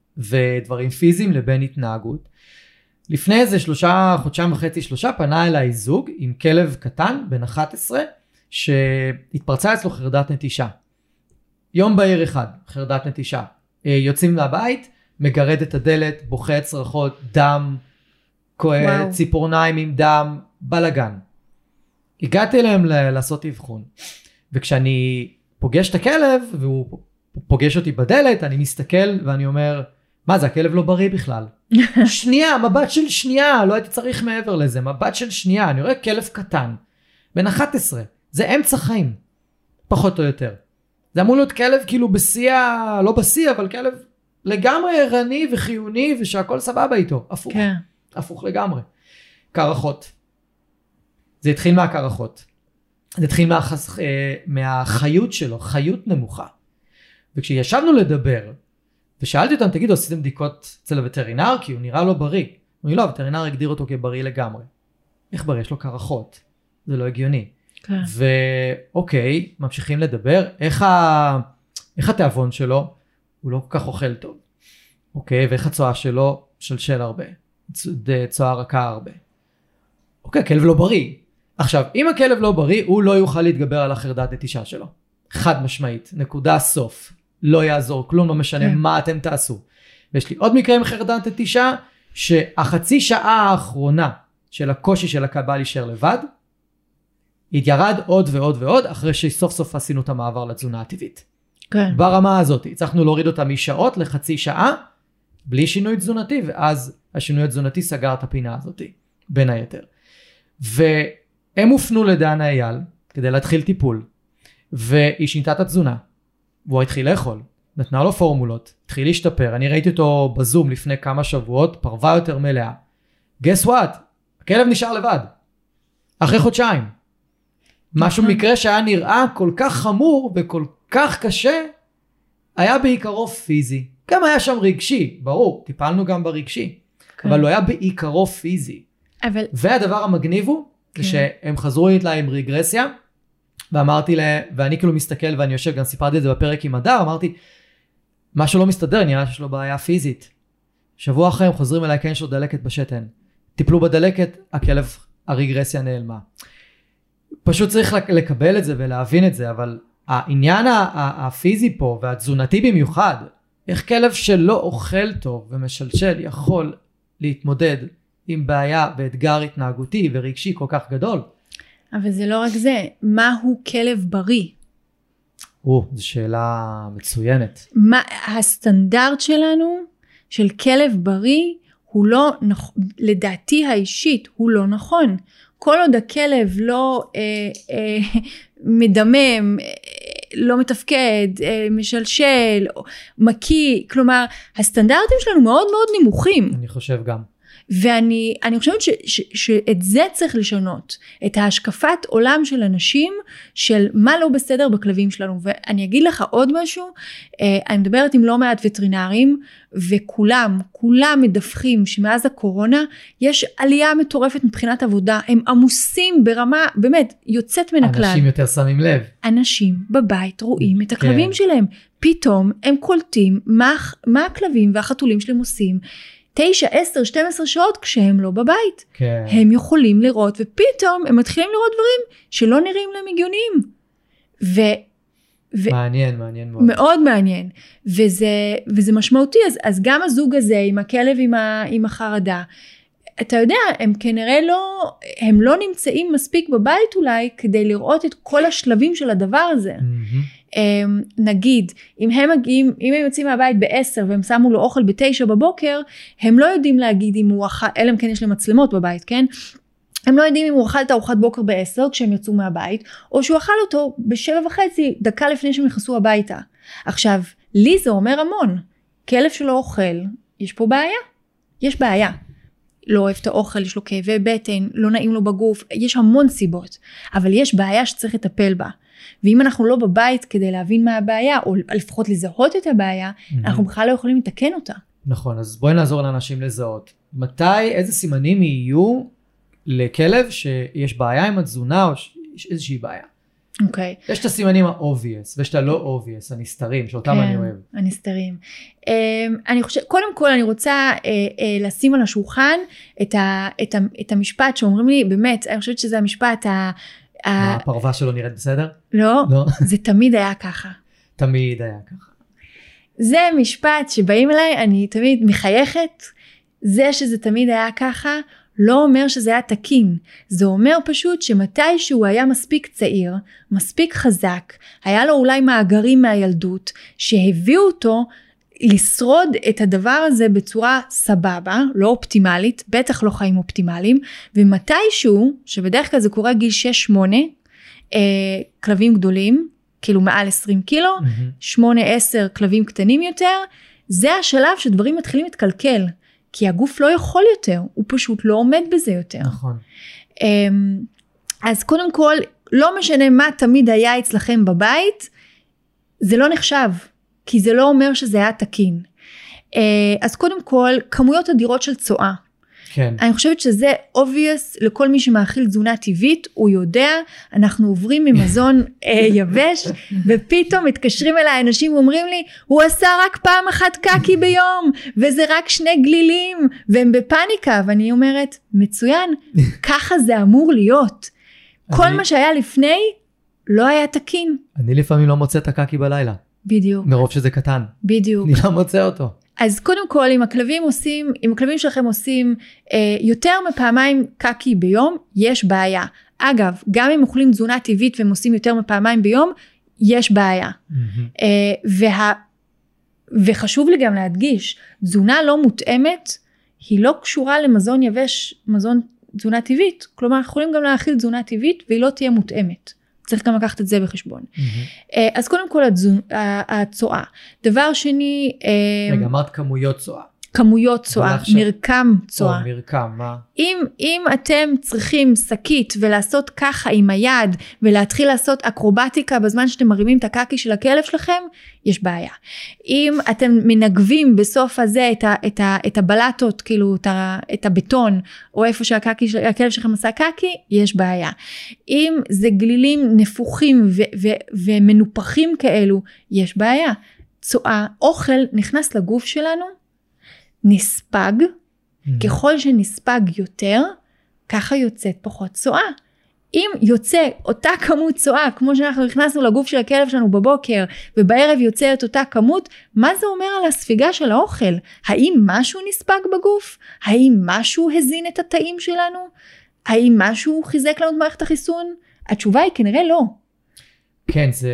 ודברים פיזיים לבין התנהגות. לפני איזה שלושה, חודשיים וחצי, שלושה, פנה אליי זוג עם כלב קטן, בן אחת עשרה, שהתפרצה אצלו חרדת נטישה. יום בהיר אחד, חרדת נטישה. יוצאים מהבית, מגרד את הדלת, בוכה צרחות, דם, ציפורניים עם דם, בלגן. הגעתי אליהם לעשות אבחון, וכשאני פוגש את הכלב, והוא פוגש אותי בדלת, אני מסתכל ואני אומר, מה זה, הכלב לא בריא בכלל. שנייה, מבט של שנייה, לא הייתי צריך מעבר לזה, מבט של שנייה, אני רואה כלב קטן, בן אחת עשרה, זה אמצע חיים, פחות או יותר. זה אמור להיות כלב כאילו בשיא, לא בשיא, אבל כלב לגמרי ערני וחיוני, ושהכל סבבה איתו, הפוך, כן. הפוך לגמרי. קרחות. זה התחיל מהקרחות. זה התחיל מהחס... מהחיות שלו, חיות נמוכה. וכשישבנו לדבר, ושאלתי אותם, תגידו, עשיתם בדיקות אצל הווטרינר? כי הוא נראה לא בריא. הוא לא, הווטרינר הגדיר אותו כבריא לגמרי. איך בריא? יש לו קרחות. זה לא הגיוני. כן. ואוקיי, ממשיכים לדבר. איך, ה... איך התיאבון שלו? הוא לא כל כך אוכל טוב. אוקיי, ואיך הצואה שלו? שלשל הרבה. צואה רכה הרבה. אוקיי, הכלב לא בריא. עכשיו, אם הכלב לא בריא, הוא לא יוכל להתגבר על החרדת נטישה שלו. חד משמעית, נקודה סוף. לא יעזור כלום, לא משנה מה אתם תעשו. ויש לי עוד מקרה עם חרדת נטישה, שהחצי שעה האחרונה של הקושי של הכלבה להישאר לבד, התיירד עוד ועוד ועוד, אחרי שסוף סוף עשינו את המעבר לתזונה הטבעית. כן. ברמה הזאת, הצלחנו להוריד אותה משעות לחצי שעה, בלי שינוי תזונתי, ואז השינוי התזונתי סגר את הפינה הזאת, בין היתר. והם הופנו לדנה אייל, כדי להתחיל טיפול, והיא שינתה את התזונה, והוא התחיל לאכול, נתנה לו פורמולות, התחיל להשתפר, אני ראיתי אותו בזום לפני כמה שבועות, פרווה יותר מלאה. Guess what? הכלב נשאר לבד, אחרי חודשיים. משהו מקרה שהיה נראה כל כך חמור וכל כך קשה, היה בעיקרו פיזי. גם היה שם רגשי, ברור, טיפלנו גם ברגשי, כן. אבל לא היה בעיקרו פיזי. אבל... והדבר המגניב הוא, כן. שהם חזרו איתה עם רגרסיה, ואמרתי לה, ואני כאילו מסתכל ואני יושב, גם סיפרתי את זה בפרק עם הדר, אמרתי, משהו לא מסתדר, נראה שיש לו בעיה פיזית. שבוע אחרי הם חוזרים אליי, כן, יש לו דלקת בשתן. טיפלו בדלקת, הכלב, הרגרסיה נעלמה. פשוט צריך לקבל את זה ולהבין את זה, אבל העניין הפיזי פה, והתזונתי במיוחד, איך כלב שלא אוכל טוב ומשלשל יכול להתמודד עם בעיה ואתגר התנהגותי ורגשי כל כך גדול. אבל זה לא רק זה, מהו כלב בריא? או, זו שאלה מצוינת. מה, הסטנדרט שלנו של כלב בריא הוא לא, לדעתי האישית, הוא לא נכון. כל עוד הכלב לא אה, אה, מדמם, אה, לא מתפקד, אה, משלשל, מקיא, כלומר, הסטנדרטים שלנו מאוד מאוד נמוכים. אני חושב גם. ואני אני חושבת ש, ש, שאת זה צריך לשנות, את ההשקפת עולם של אנשים, של מה לא בסדר בכלבים שלנו. ואני אגיד לך עוד משהו, אני מדברת עם לא מעט וטרינרים, וכולם, כולם מדווחים שמאז הקורונה, יש עלייה מטורפת מבחינת עבודה, הם עמוסים ברמה, באמת, יוצאת מן הכלל. אנשים יותר שמים לב. אנשים בבית רואים את הכלבים כן. שלהם, פתאום הם קולטים מה, מה הכלבים והחתולים שלהם עושים, תשע, עשר, שתים עשרה שעות כשהם לא בבית. כן. הם יכולים לראות, ופתאום הם מתחילים לראות דברים שלא נראים להם הגיוניים. ו... ו... מעניין, מעניין מאוד. מאוד מעניין. וזה, וזה משמעותי. אז, אז גם הזוג הזה עם הכלב עם, ה, עם החרדה, אתה יודע, הם כנראה לא, הם לא נמצאים מספיק בבית אולי, כדי לראות את כל השלבים של הדבר הזה. Mm-hmm. נגיד, אם הם מגיעים, אם הם יוצאים מהבית בעשר והם שמו לו אוכל בתשע בבוקר, הם לא יודעים להגיד אם הוא אכל, אלא אם כן יש להם מצלמות בבית, כן? הם לא יודעים אם הוא אכל את ארוחת בוקר בעשר כשהם יצאו מהבית, או שהוא אכל אותו בשבע וחצי, דקה לפני שהם נכנסו הביתה. עכשיו, לי זה אומר המון. כלב שלא אוכל, יש פה בעיה. יש בעיה. לא אוהב את האוכל, יש לו כאבי בטן, לא נעים לו בגוף, יש המון סיבות. אבל יש בעיה שצריך לטפל בה. ואם אנחנו לא בבית כדי להבין מה הבעיה, או לפחות לזהות את הבעיה, mm-hmm. אנחנו בכלל לא יכולים לתקן אותה. נכון, אז בואי נעזור לאנשים לזהות. מתי, איזה סימנים יהיו לכלב שיש בעיה עם התזונה, או יש איזושהי בעיה? אוקיי. Okay. יש את הסימנים ה-obvious, ויש את ה-לא-obvious, הנסתרים, שאותם כן, אני אוהב. הנסתרים. Um, אני חושב, קודם כל אני רוצה uh, uh, לשים על השולחן את, ה, את, ה, את המשפט שאומרים לי, באמת, אני חושבת שזה המשפט ה... מה, הפרווה שלו נראית בסדר? לא, זה תמיד היה ככה. תמיד היה ככה. זה משפט שבאים אליי, אני תמיד מחייכת, זה שזה תמיד היה ככה, לא אומר שזה היה תקין. זה אומר פשוט שמתי שהוא היה מספיק צעיר, מספיק חזק, היה לו אולי מאגרים מהילדות, שהביאו אותו לשרוד את הדבר הזה בצורה סבבה, לא אופטימלית, בטח לא חיים אופטימליים, ומתישהו, שבדרך כלל זה קורה גיל שש שמונה, אה, כלבים גדולים, כאילו מעל עשרים קילו, שמונה עשר כלבים קטנים יותר, זה השלב שדברים מתחילים להתקלקל, כי הגוף לא יכול יותר, הוא פשוט לא עומד בזה יותר. נכון. אז קודם כל, לא משנה מה תמיד היה אצלכם בבית, זה לא נחשב, כי זה לא אומר שזה היה תקין. אז קודם כל, כמויות אדירות של צואה. כן. אני חושבת שזה obvious לכל מי שמאכיל תזונה טבעית, הוא יודע, אנחנו עוברים ממזון אה, יבש, ופתאום מתקשרים אליי אנשים ואומרים לי, הוא עשה רק פעם אחת קקי ביום, וזה רק שני גלילים, והם בפאניקה, ואני אומרת, מצוין, ככה זה אמור להיות. כל אני... מה שהיה לפני, לא היה תקין. אני לפעמים לא מוצא את הקקי בלילה. בדיוק. מרוב שזה קטן. בדיוק. אני לא מוצא אותו. אז קודם כל, אם הכלבים עושים, אם הכלבים שלכם עושים אה, יותר מפעמיים קקי ביום, יש בעיה. אגב, גם אם אוכלים תזונה טבעית והם עושים יותר מפעמיים ביום, יש בעיה. Mm-hmm. אה, וה, וחשוב לי גם להדגיש, תזונה לא מותאמת, היא לא קשורה למזון יבש, מזון תזונה טבעית. כלומר, אנחנו יכולים גם להאכיל תזונה טבעית, והיא לא תהיה מותאמת. צריך גם לקחת את זה בחשבון. Mm-hmm. אז קודם כל הצואה. דבר שני... רגע, אמרת כמויות צואה. כמויות צואה, מרקם צואה. או, מרקם, מה? אם, אם אתם צריכים שקית ולעשות ככה עם היד, ולהתחיל לעשות אקרובטיקה בזמן שאתם מרימים את הקקי של הכלב שלכם, יש בעיה. אם אתם מנגבים בסוף הזה את, ה, את, ה, את הבלטות, כאילו את, ה, את הבטון, או איפה שהקקי של, הכלב שלכם עשה קקי, יש בעיה. אם זה גלילים נפוחים ו, ו, ומנופחים כאלו, יש בעיה. צואה, אוכל נכנס לגוף שלנו, נספג, mm-hmm. ככל שנספג יותר, ככה יוצאת פחות צואה. אם יוצא אותה כמות צואה, כמו שאנחנו הכנסנו לגוף של הכלב שלנו בבוקר, ובערב יוצא את אותה כמות, מה זה אומר על הספיגה של האוכל? האם משהו נספג בגוף? האם משהו הזין את התאים שלנו? האם משהו חיזק לנו את מערכת החיסון? התשובה היא כנראה לא. כן, זה...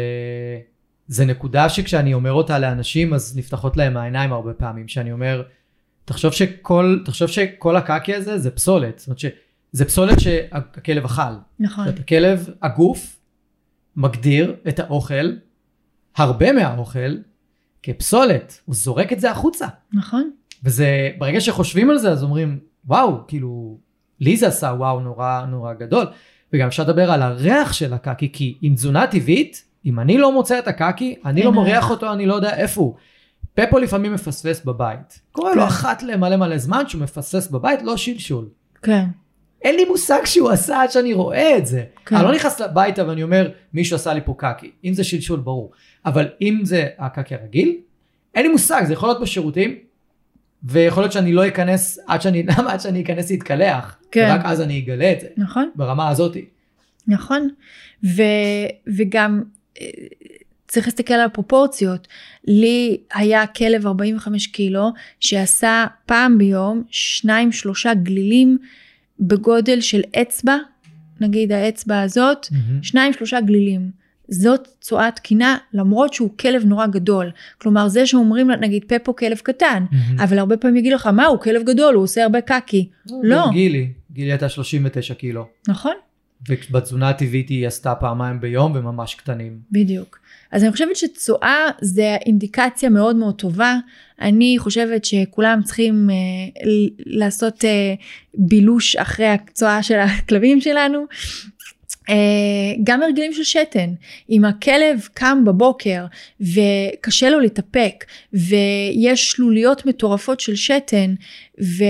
זה נקודה שכשאני אומר אותה לאנשים, אז נפתחות להם העיניים הרבה פעמים, שאני אומר, תחשוב שכל, תחשוב שכל הקקי הזה זה פסולת, זאת אומרת שזה פסולת שהכלב אכל. נכון. זאת הכלב, הגוף, מגדיר את האוכל, הרבה מהאוכל, כפסולת, הוא זורק את זה החוצה. נכון. וזה, ברגע שחושבים על זה, אז אומרים, וואו, כאילו, לי זה עשה וואו נורא, נורא גדול. וגם אפשר לדבר על הריח של הקקי, כי עם תזונה טבעית, אם אני לא מוצא את הקקי, אני לא מריח אותו, אני לא יודע איפה הוא. פפו לפעמים מפספס בבית. קורה לו אחת למלא מלא זמן שהוא מפספס בבית, לא שילשול. כן. אין לי מושג שהוא עשה עד שאני רואה את זה. אני לא נכנס לביתה ואני אומר, מישהו עשה לי פה קקי. אם זה שילשול, ברור. אבל אם זה הקקי הרגיל, אין לי מושג, זה יכול להיות בשירותים, ויכול להיות שאני לא אכנס, עד שאני, למה עד שאני אכנס להתקלח? כן. ורק אז אני אגלה את זה. נכון. ברמה הזאת. נכון. ו, וגם, צריך להסתכל על הפרופורציות. לי היה כלב ארבעים וחמש קילו, שעשה פעם ביום, שניים שלושה גלילים, בגודל של אצבע, נגיד האצבע הזאת, mm-hmm. שניים שלושה גלילים. זאת צואה תקינה, למרות שהוא כלב נורא גדול. כלומר, זה שאומרים, נגיד, פפו כלב קטן, mm-hmm. אבל הרבה פעמים יגיד לך, מה, הוא כלב גדול, הוא עושה הרבה קקי. לא. גילי, גילי הייתה שלושים ותשע קילו. נכון. ובתזונה הטבעית היא עשתה פעמיים ביום וממש קטנים. בדיוק. אז אני חושבת שצואה זה אינדיקציה מאוד מאוד טובה. אני חושבת שכולם צריכים אה, לעשות אה, בילוש אחרי הצואה של הכלבים שלנו. אה, גם הרגלים של שתן. אם הכלב קם בבוקר וקשה לו להתאפק, ויש שלוליות מטורפות של שתן, ו...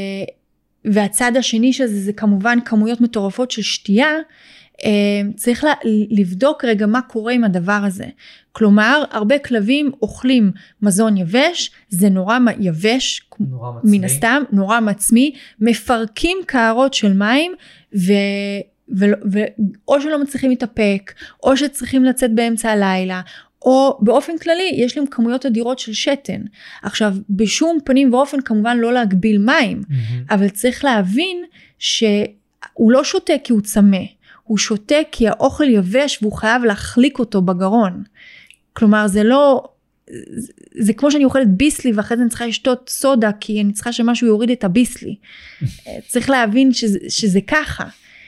והצד השני שזה זה כמובן כמויות מטורפות של שתייה, צריך לבדוק רגע מה קורה עם הדבר הזה. כלומר, הרבה כלבים אוכלים מזון יבש, זה נורא יבש, נורא מצמי. מן הסתם, נורא מצמי, מפרקים קערות של מים, ו... ו... ו... או שלא מצליחים להתאפק, או שצריכים לצאת באמצע הלילה, או באופן כללי, יש להם כמויות אדירות של שתן. עכשיו, בשום פנים ואופן, כמובן לא להגביל מים, mm-hmm. אבל צריך להבין שהוא לא שותה כי הוא צמא, הוא שותה כי האוכל יבש והוא חייב להחליק אותו בגרון. כלומר, זה לא, זה, זה כמו שאני אוכלת ביסלי, ואחרי זה אני צריכה לשתות סודה, כי אני צריכה שמשהו יוריד את הביסלי. צריך להבין שזה, שזה ככה.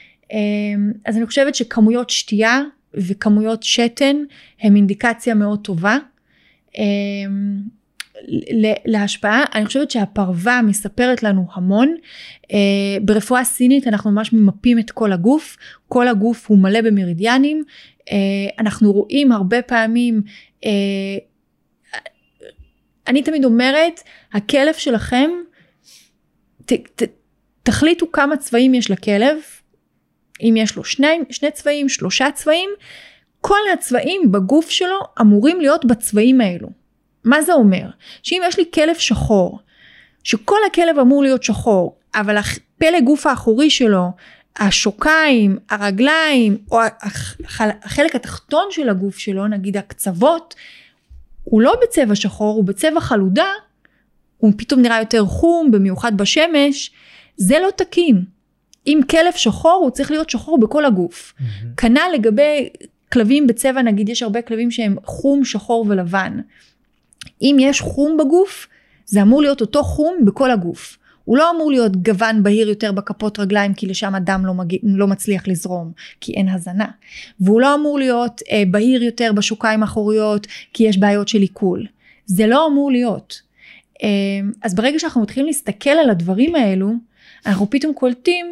אז אני חושבת שכמויות שתייה, וכמויות שתן הם אינדיקציה מאוד טובה. להשפעה, אני חושבת שהפרווה מספרת לנו המון. ברפואה סינית אנחנו ממש ממפים את כל הגוף, כל הגוף הוא מלא במרידיאנים, אנחנו רואים הרבה פעמים, אני תמיד אומרת, הכלב שלכם, ת, ת, תחליטו כמה צבעים יש לכלב, אם יש לו שני, שני צבעים, שלושה צבעים, כל הצבעים בגוף שלו אמורים להיות בצבעים האלו. מה זה אומר? שאם יש לי כלב שחור, שכל הכלב אמור להיות שחור, אבל הפלג גוף האחורי שלו, השוקיים, הרגליים, או החלק התחתון של הגוף שלו, נגיד הקצוות, הוא לא בצבע שחור, הוא בצבע חלודה, הוא פתאום נראה יותר חום, במיוחד בשמש, זה לא תקין. אם כלב שחור, הוא צריך להיות שחור בכל הגוף. Mm-hmm. כנ"ל לגבי כלבים בצבע, נגיד יש הרבה כלבים שהם חום, שחור ולבן. אם יש חום בגוף, זה אמור להיות אותו חום בכל הגוף. הוא לא אמור להיות גוון בהיר יותר בכפות רגליים, כי לשם הדם לא, מגיע, לא מצליח לזרום, כי אין הזנה. והוא לא אמור להיות אה, בהיר יותר בשוקיים האחוריות, כי יש בעיות של עיכול. זה לא אמור להיות. אה, אז ברגע שאנחנו מתחילים להסתכל על הדברים האלו, אנחנו פתאום קולטים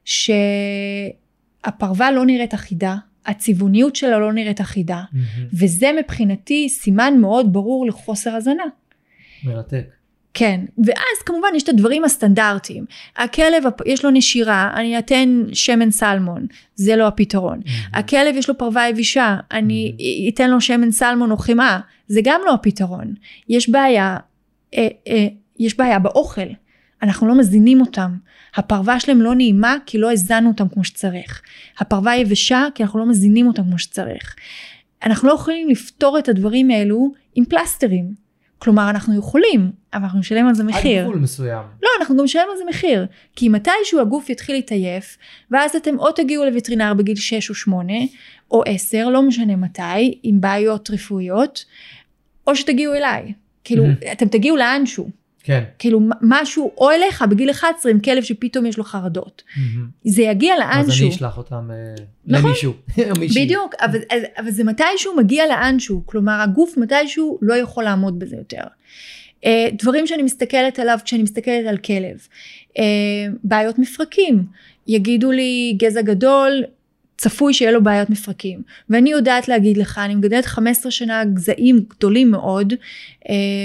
שהפרווה לא נראית אחידה, הצבעוניות שלה לא נראית אחידה, mm-hmm. וזה מבחינתי סימן מאוד ברור לחוסר הזנה. מרתק. כן, ואז כמובן יש את הדברים הסטנדרטיים. הכלב יש לו נשירה, אני אתן שמן סלמון, זה לא הפתרון. Mm-hmm. הכלב יש לו פרווה יבישה, אני mm-hmm. אתן לו שמן סלמון או חמאה, זה גם לא הפתרון. יש בעיה, אה, אה, יש בעיה באוכל. אנחנו לא מזינים אותם. הפרווה שלהם לא נעימה כי לא הזנו אותם כמו שצריך. הפרווה יבשה כי אנחנו לא מזינים אותם כמו שצריך. אנחנו לא יכולים לפתור את הדברים האלו עם פלסטרים. כלומר, אנחנו יכולים, אבל אנחנו נשלם על זה מחיר. על גבול מסוים. לא, אנחנו גם נשלם על זה מחיר. כי מתישהו הגוף יתחיל להתעייף, ואז אתם או תגיעו לווטרינר בגיל שש או שמונה, או עשר, לא משנה מתי, עם בעיות רפואיות, או שתגיעו אליי. כאילו, אתם תגיעו לאנשהו. כן. כאילו משהו, או אליך בגיל אחת עשרה עם כלב שפתאום יש לו חרדות. Mm-hmm. זה יגיע לאנשהו. אז אני אשלח אותם uh, נכון? למישהו. בדיוק, אבל, אבל זה מתישהו מגיע לאנשהו, כלומר הגוף מתישהו לא יכול לעמוד בזה יותר. Uh, דברים שאני מסתכלת עליו כשאני מסתכלת על כלב. Uh, בעיות מפרקים, יגידו לי גזע גדול, צפוי שיהיה לו בעיות מפרקים. ואני יודעת להגיד לך, אני מגדלת חמש עשרה שנה גזעים גדולים מאוד, uh,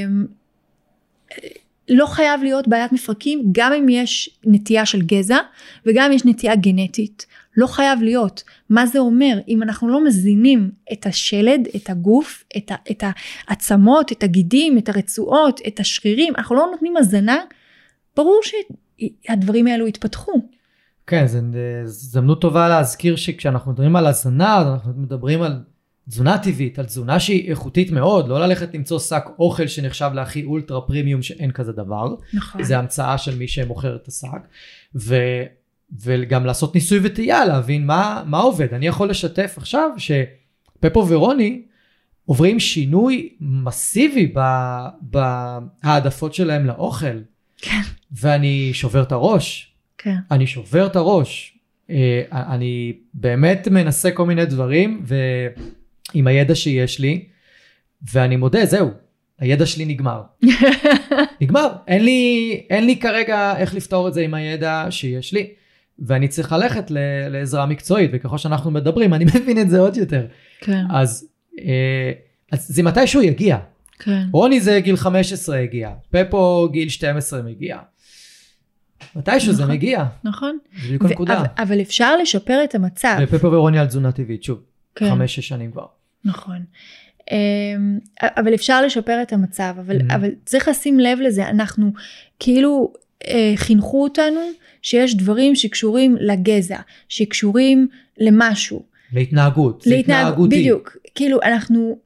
לא חייב להיות בעיית מפרקים, גם אם יש נטייה של גזע, וגם אם יש נטייה גנטית. לא חייב להיות. מה זה אומר? אם אנחנו לא מזינים את השלד, את הגוף, את, ה, את העצמות, את הגידים, את הרצועות, את השרירים, אנחנו לא נותנים הזנה, ברור שהדברים האלו יתפתחו. כן, זו הזדמנות טובה להזכיר שכשאנחנו מדברים על הזנה, אנחנו מדברים על תזונה טבעית, על תזונה שהיא איכותית מאוד, לא ללכת למצוא שק אוכל שנחשב להכי אולטרה פרימיום שאין כזה דבר. נכון. זה המצאה של מי שמוכר את השק. ו, וגם לעשות ניסוי וטעייה, להבין מה, מה עובד. אני יכול לשתף עכשיו שפפו ורוני עוברים שינוי מסיבי בהעדפות שלהם לאוכל. כן. ואני שובר את הראש. כן. אני שובר את הראש. אני באמת מנסה כל מיני דברים, ו... עם הידע שיש לי, ואני מודה, זהו, הידע שלי נגמר. נגמר. אין לי, אין לי כרגע איך לפתור את זה עם הידע שיש לי, ואני צריך ללכת לעזרה מקצועית, וככל שאנחנו מדברים, אני מבין את זה עוד יותר. כן. אז, אז זה מתישהו יגיע. כן. רוני זה גיל חמש עשרה הגיע, פפו גיל שתים עשרה מגיע. מתישהו זה מגיע. נכון. זה בדיוק הנקודה. אבל אפשר לשפר את המצב. ופפו ורוני על תזונה טבעית, שוב. חמש, שש שנים כבר. נכון. אבל אפשר לשפר את המצב, אבל, אבל צריך לשים לב לזה, אנחנו כאילו חינכו אותנו שיש דברים שקשורים לגזע, שקשורים למשהו. להתנהגות, להתנהגותי. בדיוק, כאילו אנחנו,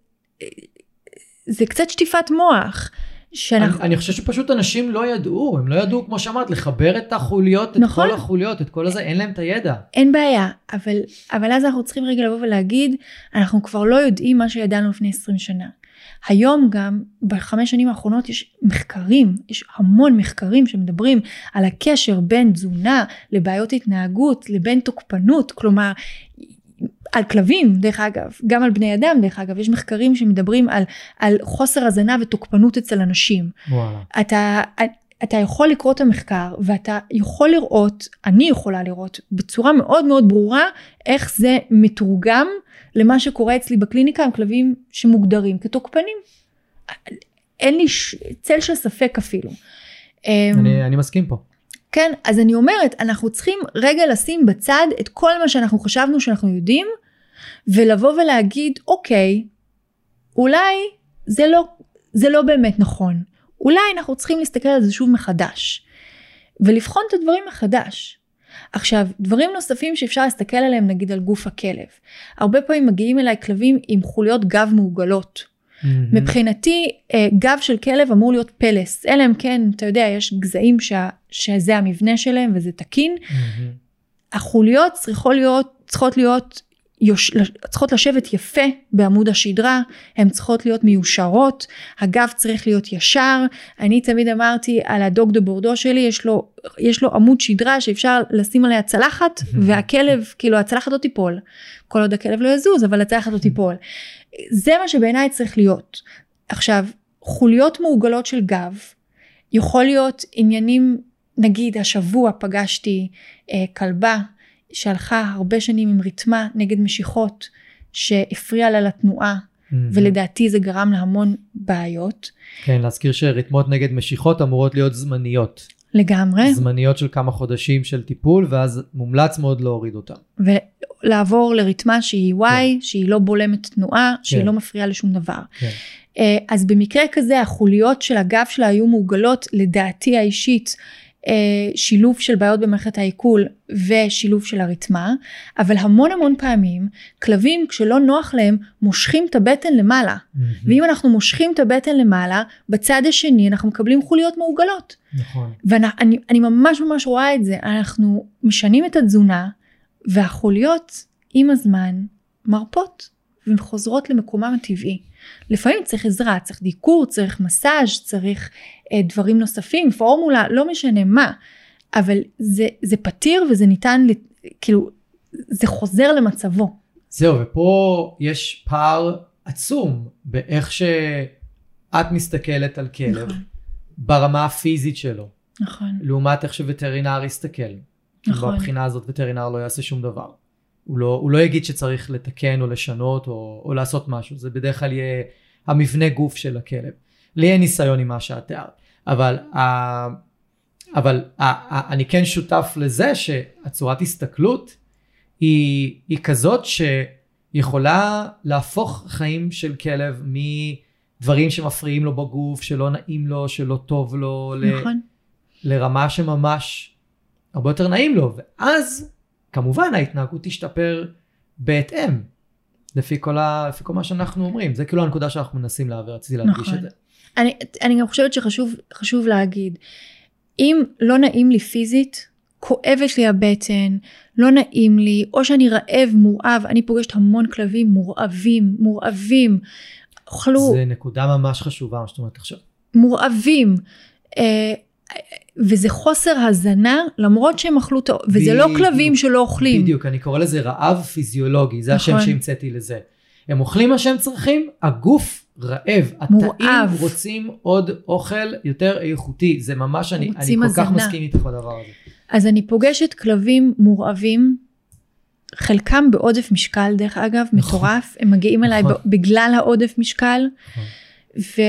זה קצת שטיפת מוח. שאנחנו... אני, אני חושב שפשוט אנשים לא ידעו, הם לא ידעו, כמו שאמרת, לחבר את החוליות, נכון? את כל החוליות, את כל הזה, אין להם את הידע. אין בעיה, אבל, אבל אז אנחנו צריכים רגע לבוא ולהגיד, אנחנו כבר לא יודעים מה שידענו לפני עשרים שנה. היום גם, בחמש שנים האחרונות, יש מחקרים, יש המון מחקרים שמדברים על הקשר בין תזונה לבעיות התנהגות, לבין תוקפנות, כלומר, על כלבים, דרך אגב, גם על בני אדם, דרך אגב, יש מחקרים שמדברים על, על חוסר הזנה ותוקפנות אצל אנשים. וואלה. אתה, אתה יכול לקרוא את המחקר, ואתה יכול לראות, אני יכולה לראות, בצורה מאוד מאוד ברורה, איך זה מתורגם למה שקורה אצלי בקליניקה, עם כלבים שמוגדרים כתוקפנים. אין לי ש... צל של ספק אפילו. אני, אני מסכים פה. כן, אז אני אומרת, אנחנו צריכים רגע לשים בצד את כל מה שאנחנו חשבנו שאנחנו יודעים, ולבוא ולהגיד, אוקיי, אולי זה לא, זה לא באמת נכון. אולי אנחנו צריכים להסתכל על זה שוב מחדש, ולבחון את הדברים מחדש. עכשיו, דברים נוספים שאפשר להסתכל עליהם, נגיד על גוף הכלב. הרבה פעמים מגיעים אליי כלבים עם חוליות גב מעוגלות. Mm-hmm. מבחינתי, גב של כלב אמור להיות פלס. אלא אם כן, אתה יודע, יש גזעים שה, שזה המבנה שלהם וזה תקין. Mm-hmm. החוליות צריכות להיות, צריכות להיות, יוש, צריכות לשבת יפה בעמוד השדרה, הן צריכות להיות מיושרות, הגב צריך להיות ישר. אני תמיד אמרתי על הדוג דה בורדו שלי, יש לו, יש לו עמוד שדרה שאפשר לשים עליה צלחת, והכלב, כאילו הצלחת לא תיפול. כל עוד הכלב לא יזוז, אבל הצלחת לא תיפול. זה מה שבעיניי צריך להיות. עכשיו, חוליות מעוגלות של גב, יכול להיות עניינים, נגיד השבוע פגשתי אה, כלבה, שהלכה הרבה שנים עם ריתמה נגד משיכות, שהפריעה לה לתנועה, mm-hmm. ולדעתי זה גרם להמון בעיות. כן, להזכיר שריתמות נגד משיכות אמורות להיות זמניות. לגמרי. זמניות של כמה חודשים של טיפול, ואז מומלץ מאוד להוריד אותם. ולעבור לריתמה שהיא וואי, כן. שהיא לא בולמת תנועה, כן. שהיא לא מפריעה לשום דבר. כן. אז במקרה כזה, החוליות של הגב שלה היו מעוגלות, לדעתי האישית, שילוב של בעיות במערכת העיכול ושילוב של הריתמה, אבל המון המון פעמים כלבים כשלא נוח להם מושכים את הבטן למעלה, mm-hmm. ואם אנחנו מושכים את הבטן למעלה, בצד השני אנחנו מקבלים חוליות מעוגלות. נכון. ואני אני ממש ממש רואה את זה, אנחנו משנים את התזונה, והחוליות עם הזמן מרפות, והן חוזרות למקומם הטבעי. לפעמים צריך עזרה, צריך דיקור, צריך מסאז', צריך אה, דברים נוספים, פורמולה, לא משנה מה, אבל זה, זה פתיר וזה ניתן, כאילו, זה חוזר למצבו. זהו, ופה יש פער עצום באיך שאת מסתכלת על כלב, נכון. ברמה הפיזית שלו. נכון. לעומת איך שווטרינר יסתכל. נכון. בבחינה הזאת וטרינר לא יעשה שום דבר. הוא לא, הוא לא יגיד שצריך לתקן או לשנות או, או לעשות משהו. זה בדרך כלל יהיה המבנה גוף של הכלב. לי אין ניסיון עם מה שאת תיארת. אבל, אבל אני כן שותף לזה שהצורת הסתכלות היא, היא כזאת שיכולה להפוך חיים של כלב מדברים שמפריעים לו בגוף, שלא נעים לו, שלא טוב לו, נכון. ל, לרמה שממש הרבה יותר נעים לו. ואז כמובן ההתנהגות תשתפר בהתאם, לפי כל, ה, לפי כל מה שאנחנו אומרים. זה כאילו הנקודה שאנחנו מנסים להעביר, רציתי להדגיש נכון. את זה. אני, אני גם חושבת שחשוב חשוב להגיד, אם לא נעים לי פיזית, כואבת לי הבטן, לא נעים לי, או שאני רעב, מורעב, אני פוגשת המון כלבים מורעבים, מורעבים, אוכלו... זה נקודה ממש חשובה, מה שאת אומרת עכשיו. מורעבים, אה, וזה חוסר הזנה, למרות שהם אכלו, וזה לא כלבים שלא אוכלים. בדיוק, אני קורא לזה רעב פיזיולוגי, זה השם שהמצאתי לזה. הם אוכלים מה שהם צריכים, הגוף רעב, התאים רוצים עוד אוכל יותר איכותי, זה ממש, אני, אני כל כך מסכים איתך בדבר הזה. אז אני פוגשת כלבים מורעבים, חלקם בעודף משקל דרך אגב, מטורף, הם מגיעים אליי בגלל העודף משקל, ו...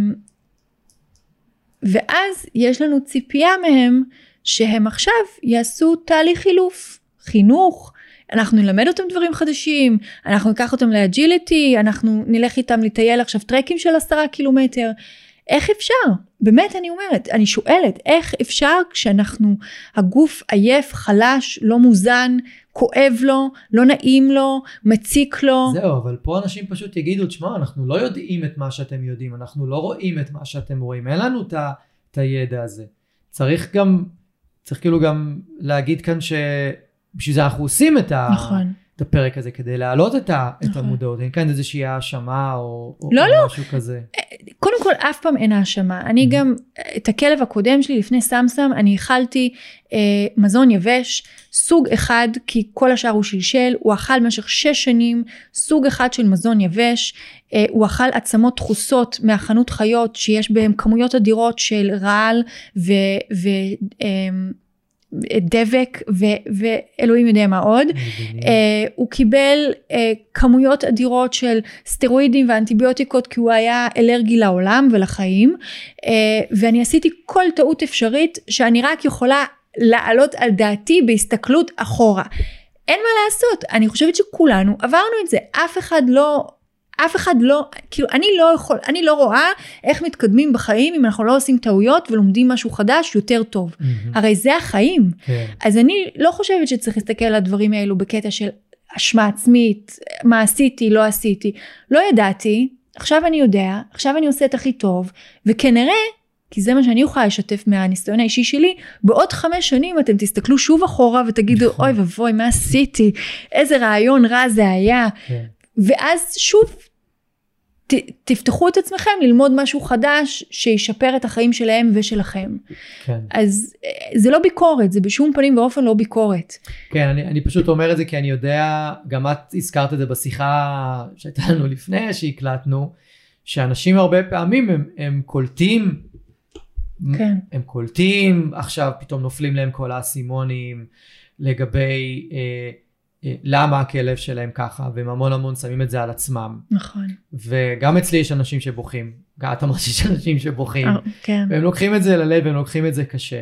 ואז יש לנו ציפייה מהם, שהם עכשיו יעשו תהליך חילוף, חינוך, אנחנו נלמד אותם דברים חדשים, אנחנו ניקח אותם לאג'יליטי, אנחנו נלך איתם לטייל עכשיו טרקים של עשרה קילומטר, איך אפשר? באמת אני אומרת, אני שואלת, איך אפשר כשאנחנו, הגוף עייף, חלש, לא מוזן, כואב לו, לא נעים לו, מציק לו. זהו, אבל פה אנשים פשוט יגידו, תשמע, אנחנו לא יודעים את מה שאתם יודעים, אנחנו לא רואים את מה שאתם רואים, אין לנו את הידע הזה. צריך גם, צריך כאילו גם להגיד כאן ש... בשביל זה אנחנו עושים את, ה... נכון. את הפרק הזה, כדי להעלות את, ה... נכון. את המודעות. אין כאן איזושהי האשמה או, או, לא, או לא. משהו כזה. קודם כל כל אף פעם אין האשמה, אני גם, את הכלב הקודם שלי לפני סמסם, אני אכלתי אה, מזון יבש, סוג אחד, כי כל השאר הוא שלשל, הוא אכל במשך שש שנים, סוג אחד של מזון יבש, אה, הוא אכל עצמות דחוסות מהחנות חיות, שיש בהם כמויות אדירות של רעל ו... ו אה, דבק ו- ואלוהים יודע מה עוד. uh, הוא קיבל uh, כמויות אדירות של סטרואידים ואנטיביוטיקות כי הוא היה אלרגי לעולם ולחיים, uh, ואני עשיתי כל טעות אפשרית שאני רק יכולה לעלות על דעתי בהסתכלות אחורה. אין מה לעשות, אני חושבת שכולנו עברנו את זה, אף אחד לא אף אחד לא, כאילו אני לא יכול, אני לא רואה איך מתקדמים בחיים אם אנחנו לא עושים טעויות ולומדים משהו חדש יותר טוב. Mm-hmm. הרי זה החיים. כן. אז אני לא חושבת שצריך להסתכל על הדברים האלו בקטע של אשמה עצמית, מה עשיתי, לא עשיתי. לא ידעתי, עכשיו אני יודע, עכשיו אני עושה את הכי טוב, וכנראה, כי זה מה שאני יכולה לשתף מהניסיון האישי שלי, בעוד חמש שנים אתם תסתכלו שוב אחורה ותגידו, אוי ובוי, מה עשיתי? איזה רעיון רע זה היה. כן. ואז שוב, ת, תפתחו את עצמכם ללמוד משהו חדש שישפר את החיים שלהם ושלכם. כן. אז זה לא ביקורת, זה בשום פנים ואופן לא ביקורת. כן, אני, אני פשוט אומר את זה כי אני יודע, גם את הזכרת את זה בשיחה שהייתה לנו לפני שהקלטנו, שאנשים הרבה פעמים הם, הם קולטים, כן. הם קולטים, עכשיו פתאום נופלים להם כל האסימונים לגבי... אה, למה הכלב שלהם ככה, והם המון המון שמים את זה על עצמם. נכון. וגם אצלי יש אנשים שבוכים, גם את אמרת שיש אנשים שבוכים, כן. והם לוקחים את זה ללב, והם לוקחים את זה קשה.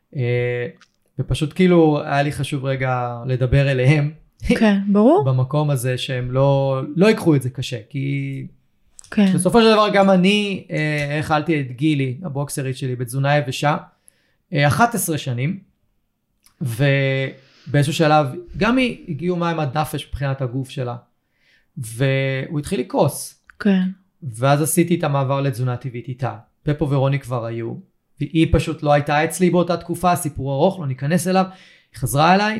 ופשוט כאילו היה לי חשוב רגע לדבר אליהם. כן, ברור. במקום הזה שהם לא, לא ייקחו את זה קשה, כי כן. בסופו של דבר גם אני האכלתי את גילי, הבוקסרית שלי, בתזונה יבשה, אחת עשרה שנים, ו... באיזשהו שלב, גם היא הגיעו מים עד נפש מבחינת הגוף שלה, והוא התחיל לקרוס. כן. ואז עשיתי את המעבר לתזונה טבעית איתה. פפו ורוני כבר היו, והיא פשוט לא הייתה אצלי באותה תקופה, סיפור ארוך, לא ניכנס אליו, היא חזרה אליי,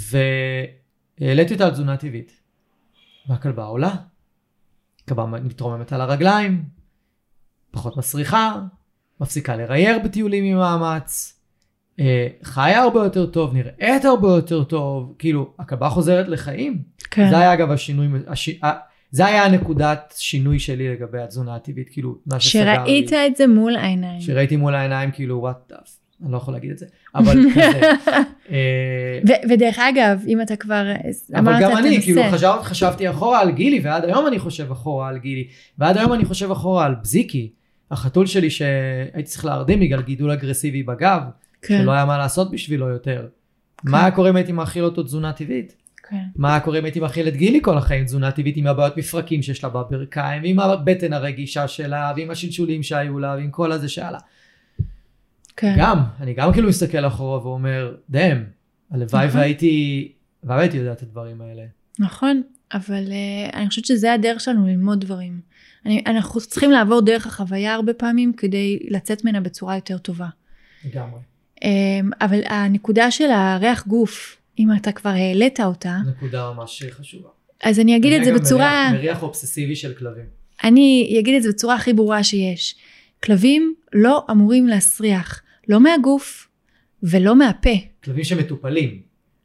והעליתי אותה לתזונה טבעית. והכלבה עולה, הכלבה מתרוממת על הרגליים, פחות מסריחה, מפסיקה לרייר בטיולים עם מאמץ, חיה הרבה יותר טוב, נראית הרבה יותר טוב, כאילו, הכלבה חוזרת לחיים. כן. זה היה אגב השינוי, הש... זה היה הנקודת שינוי שלי לגבי התזונה הטבעית, כאילו, מה שסגר לי. שראית את זה מול העיניים. שראיתי מול העיניים, כאילו, what the... אני לא יכול להגיד את זה, אבל כזה. ו- ודרך אגב, אם אתה כבר אבל גם אני, כאילו, חשב, חשבתי אחורה על גילי, ועד היום אני חושב אחורה על גילי, ועד היום אני חושב אחורה על בזיקי, החתול שלי שהייתי צריך להרדים בגלל גידול אגרסיבי בגב, כן. שלא היה מה לעשות בשבילו יותר. כן. מה היה קורה אם הייתי מאכיל אותו תזונה טבעית? כן. מה היה קורה אם הייתי מאכיל את גילי כל החיים תזונה טבעית עם הבעיות מפרקים שיש לה בברכיים, ועם הבטן הרגישה שלה, ועם השלשולים שהיו לה, ועם כל הזה שהיה לה. כן. גם, אני גם כאילו מסתכל אחורה ואומר, דם, הלוואי נכון. והייתי, והייתי יודע את הדברים האלה. נכון, אבל uh, אני חושבת שזה הדרך שלנו ללמוד דברים. אני, אנחנו צריכים לעבור דרך החוויה הרבה פעמים, כדי לצאת ממנה בצורה יותר טובה. לגמרי. אבל הנקודה של הריח גוף, אם אתה כבר העלית אותה, נקודה ממש חשובה. אז אני אגיד את זה בצורה... מריח, מריח אובססיבי של כלבים. אני אגיד את זה בצורה הכי ברורה שיש. כלבים לא אמורים להסריח, לא מהגוף ולא מהפה. כלבים שמטופלים.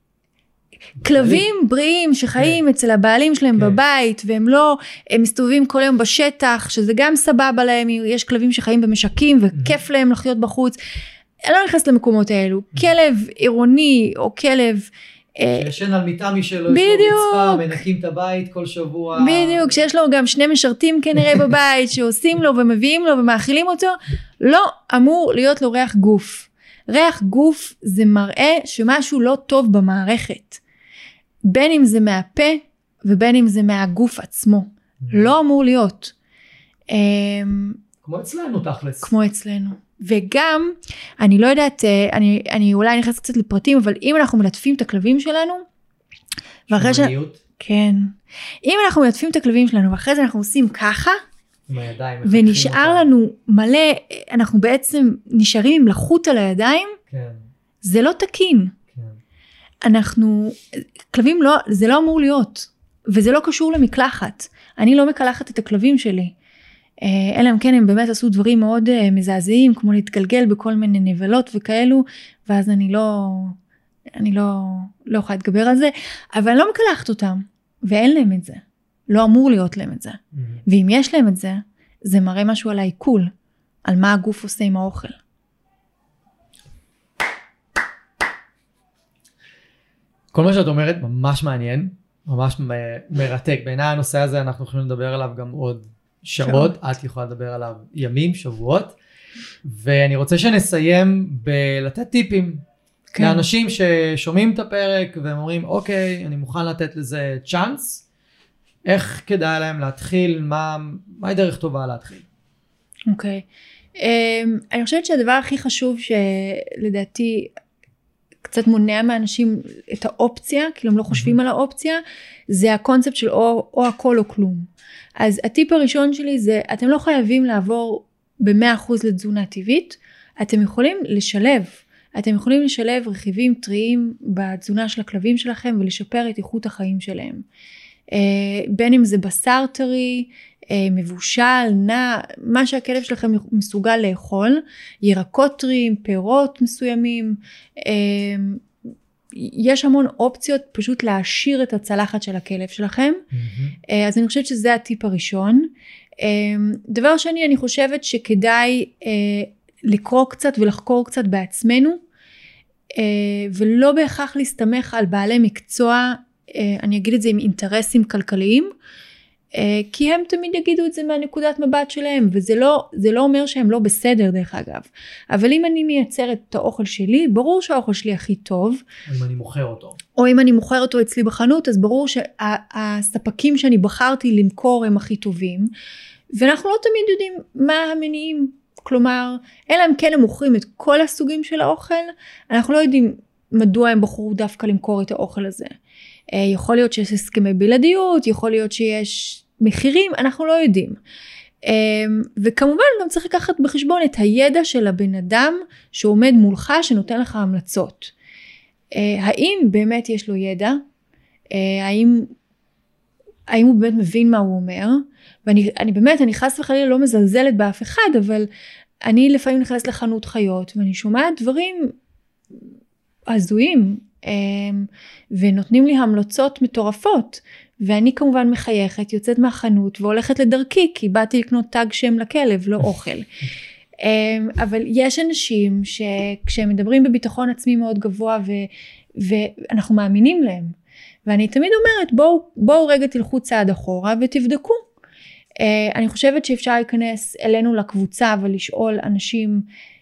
כלבים בריאים שחיים אצל הבעלים שלהם בבית, והם לא, הם מסתובבים כל יום בשטח, שזה גם סבבה להם, יש כלבים שחיים במשקים וכיף להם לחיות בחוץ. אני לא נכנס למקומות האלו. כלב עירוני או כלב... שישן על מיטה משלו, יש לו מצפה, מנקים את הבית כל שבוע. בדיוק, שיש לו גם שני משרתים כנראה בבית, שעושים לו ומביאים לו ומאכילים אותו, לא אמור להיות לו ריח גוף. ריח גוף זה מראה שמשהו לא טוב במערכת. בין אם זה מהפה ובין אם זה מהגוף עצמו. לא אמור להיות. כמו אצלנו תכלס. כמו אצלנו. וגם, אני לא יודעת, אני, אני אולי נכנס קצת לפרטים, אבל אם אנחנו מלטפים את הכלבים שלנו, ואחרי ש... כן. אם אנחנו מלטפים את הכלבים שלנו, ואחרי זה אנחנו עושים ככה, ונשאר לנו מלא, אנחנו בעצם נשארים עם לחות על הידיים, כן. זה לא תקין. כן. אנחנו, כלבים לא, זה לא אמור להיות, וזה לא קשור למקלחת. אני לא מקלחת את הכלבים שלי. אלא אם כן הם באמת עשו דברים מאוד מזעזעים, כמו להתגלגל בכל מיני נבלות וכאלו, ואז אני לא, אני לא, לא יכולה להתגבר על זה, אבל אני לא מקלחת אותם, ואין להם את זה. לא אמור להיות להם את זה. Mm-hmm. ואם יש להם את זה, זה מראה משהו על העיכול, על מה הגוף עושה עם האוכל. כל מה שאת אומרת ממש מעניין, ממש מרתק. בעיניי הנושא הזה אנחנו יכולים לדבר עליו גם עוד שעות, את יכולה לדבר עליו ימים, שבועות, ואני רוצה שנסיים בלתת טיפים כן. לאנשים ששומעים את הפרק והם אומרים, אוקיי, אני מוכן לתת לזה צ'אנס, איך כדאי להם להתחיל, מה, מהי דרך טובה להתחיל? אוקיי, okay. um, אני חושבת שהדבר הכי חשוב שלדעתי קצת מונע מאנשים את האופציה, כאילו הם לא חושבים mm-hmm. על האופציה, זה הקונספט של או, או הכל או כלום. אז הטיפ הראשון שלי זה, אתם לא חייבים לעבור ב-מאה אחוז לתזונה טבעית, אתם יכולים לשלב, אתם יכולים לשלב רכיבים טריים בתזונה של הכלבים שלכם, ולשפר את איכות החיים שלהם. בין אם זה בשר טרי, מבושל, נע, מה שהכלב שלכם מסוגל לאכול, ירקות טריים, פירות מסוימים, יש המון אופציות פשוט להעשיר את הצלחת של הכלב שלכם, mm-hmm. אז אני חושבת שזה הטיפ הראשון. דבר שני, אני חושבת שכדאי לקרוא קצת ולחקור קצת בעצמנו, ולא בהכרח להסתמך על בעלי מקצוע, אני אגיד את זה עם אינטרסים כלכליים, כי הם תמיד יגידו את זה מהנקודת מבט שלהם, וזה לא, זה לא אומר שהם לא בסדר דרך אגב. אבל אם אני מייצרת את האוכל שלי, ברור שהאוכל שלי הכי טוב. או אם אני מוכר אותו. או אם אני מוכר אותו אצלי בחנות, אז ברור שהספקים שאני בחרתי למכור הם הכי טובים, ואנחנו לא תמיד יודעים מה המניעים. כלומר, אלא אם כן הם מוכרים את כל הסוגים של האוכל, אנחנו לא יודעים מדוע הם בחרו דווקא למכור את האוכל הזה. יכול להיות שיש הסכמי בלעדיות, יכול להיות שיש מחירים, אנחנו לא יודעים. וכמובן גם צריך לקחת בחשבון את הידע של הבן אדם שעומד מולך, שנותן לך המלצות. האם באמת יש לו ידע? האם, האם הוא באמת מבין מה הוא אומר? ואני אני באמת, אני חס וחלילה לא מזלזלת באף אחד, אבל אני לפעמים נכנס לחנות חיות, ואני שומעת דברים הזויים, ונותנים לי המלצות מטורפות, ואני כמובן מחייכת, יוצאת מהחנות והולכת לדרכי, כי באתי לקנות תג שם לכלב, לא אוכל. אבל יש אנשים שכשהם מדברים בביטחון עצמי מאוד גבוה, ואנחנו מאמינים להם, ואני תמיד אומרת, בואו, בואו רגע תלכו צעד אחורה ותבדקו. אני חושבת שאפשר להיכנס אלינו לקבוצה ולשאול אנשים,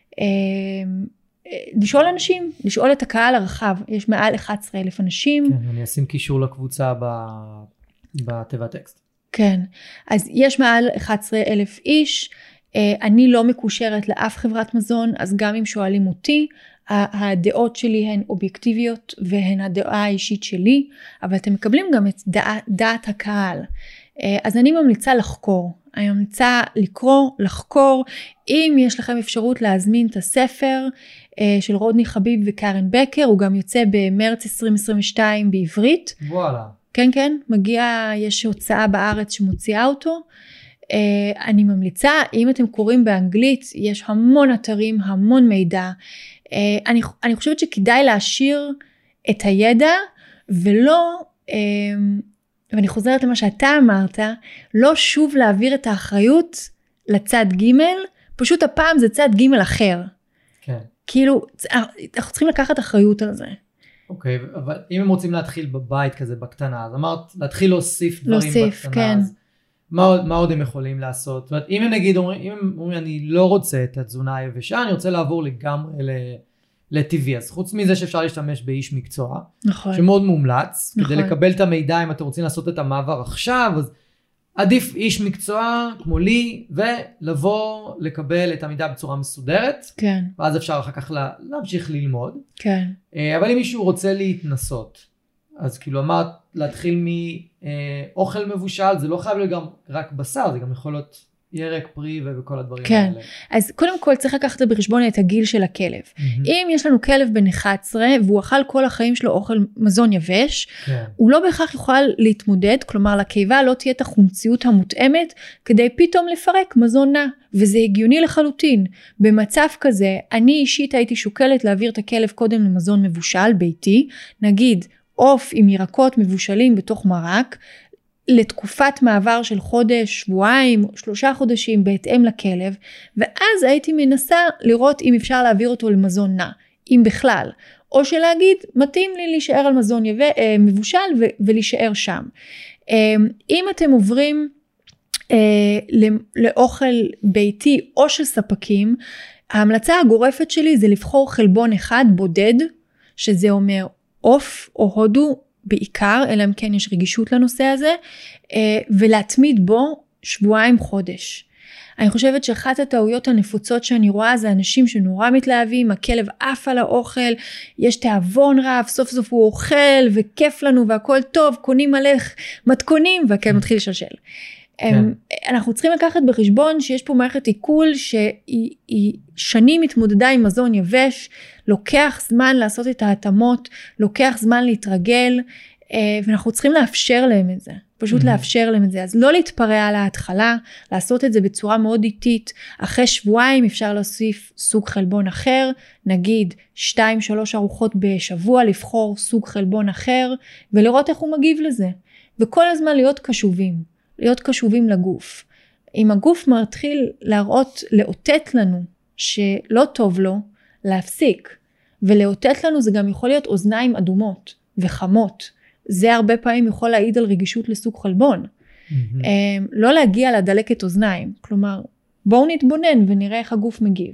לשאול אנשים, לשאול את הקהל הרחב, יש מעל אחד עשר אלף אנשים. כן, אני אשים קישור לקבוצה בתיבת טקסט. כן, אז יש מעל אחד עשר אלף איש, אני לא מקושרת לאף חברת מזון, אז גם אם שואלים אותי, הדעות שלי הן אובייקטיביות, והן הדעה האישית שלי, אבל אתם מקבלים גם את דעת, דעת הקהל. אז אני ממליצה לחקור, אני ממליצה לקרוא, לחקור, אם יש לכם אפשרות להזמין את הספר של רודני חביב וקרן בקר, הוא גם יוצא במרץ עשרים עשרים ושתיים בעברית. וואלה. כן, כן, מגיע, יש הוצאה בארץ שמוציאה אותו. אני ממליצה, אם אתם קוראים באנגלית, יש המון אתרים, המון מידע. אני, אני חושבת שכדאי להשאיר את הידע, ולא, ואני חוזרת למה שאתה אמרת, לא שוב להעביר את האחריות לצד ג', פשוט הפעם זה צד ג' אחר. כן. כאילו, אנחנו צריכים לקחת אחריות על זה. אוקיי, אבל אם הם רוצים להתחיל בבית כזה בקטנה, אז אמרת, להתחיל להוסיף דברים להוסיף, בקטנה, כן. אז מה עוד, מה עוד הם יכולים לעשות? זאת אומרת, אם הם נגיד אומרים, אם הם אומרים, אני לא רוצה את התזונה היבשה, אני רוצה לעבור לגמרי לטבעי, אז חוץ מזה שאפשר להשתמש באיש מקצוע, נכון. שמאוד מומלץ, נכון. כדי לקבל את המידע, אם אתם רוצים לעשות את המעבר עכשיו, אז עדיף איש מקצוע כמו לי, ולבוא לקבל את המידע בצורה מסודרת, כן. ואז אפשר אחר כך לה, להמשיך ללמוד. כן. אבל אם מישהו רוצה להתנסות, אז כאילו אמרת, להתחיל מאוכל מבושל, זה לא חייב להיות גם רק בשר, זה גם יכול להיות ירק, פרי וכל הדברים כן. האלה. אז קודם כל צריך לקחת בחשבון את הגיל של הכלב. Mm-hmm. אם יש לנו כלב בן אחת עשרה והוא אכל כל החיים שלו אוכל מזון יבש, כן. הוא לא בהכרח יוכל להתמודד, כלומר לקיבה לא תהיה את החומציות המותאמת כדי פתאום לפרק מזון נע, וזה הגיוני לחלוטין. במצב כזה, אני אישית הייתי שוקלת להעביר את הכלב קודם למזון מבושל ביתי, נגיד עוף עם ירקות מבושלים בתוך מרק, לתקופת מעבר של חודש, שבועיים, שלושה חודשים בהתאם לכלב, ואז הייתי מנסה לראות אם אפשר להעביר אותו למזון נע, אם בכלל, או שלהגיד, מתאים לי להישאר על מזון יבא, מבושל ו- ולהישאר שם. אם אתם עוברים לאוכל ביתי או של ספקים, ההמלצה הגורפת שלי זה לבחור חלבון אחד בודד, שזה אומר עוף או הודו, בעיקר, אלא אם כן יש רגישות לנושא הזה, ולהתמיד בו שבועיים חודש. אני חושבת שאחת הטעויות הנפוצות שאני רואה, זה אנשים שנורא מתלהבים, הכלב עף על האוכל, יש תאבון רב, סוף סוף הוא אוכל, וכיף לנו, והכל טוב, קונים עליך מתכונים, והכלב מתחיל לשלשל. כן. אנחנו צריכים לקחת בחשבון שיש פה מערכת עיכול שהיא שנים מתמודדה עם מזון יבש, לוקח זמן לעשות את ההתאמות, לוקח זמן להתרגל, ואנחנו צריכים לאפשר להם את זה, פשוט mm-hmm. לאפשר להם את זה. אז לא להתפרע על ההתחלה, לעשות את זה בצורה מאוד איטית, אחרי שבועיים אפשר להוסיף סוג חלבון אחר, נגיד שתיים שלוש ארוחות בשבוע, לבחור סוג חלבון אחר, ולראות איך הוא מגיב לזה, וכל הזמן להיות קשובים. להיות קשובים לגוף. אם הגוף מתחיל להראות, לאותת לנו שלא טוב לו, להפסיק. ולאותת לנו זה גם יכול להיות אוזניים אדומות וחמות. זה הרבה פעמים יכול להעיד על רגישות לסוג חלבון. Mm-hmm. לא להגיע לדלקת אוזניים. כלומר, בואו נתבונן ונראה איך הגוף מגיב.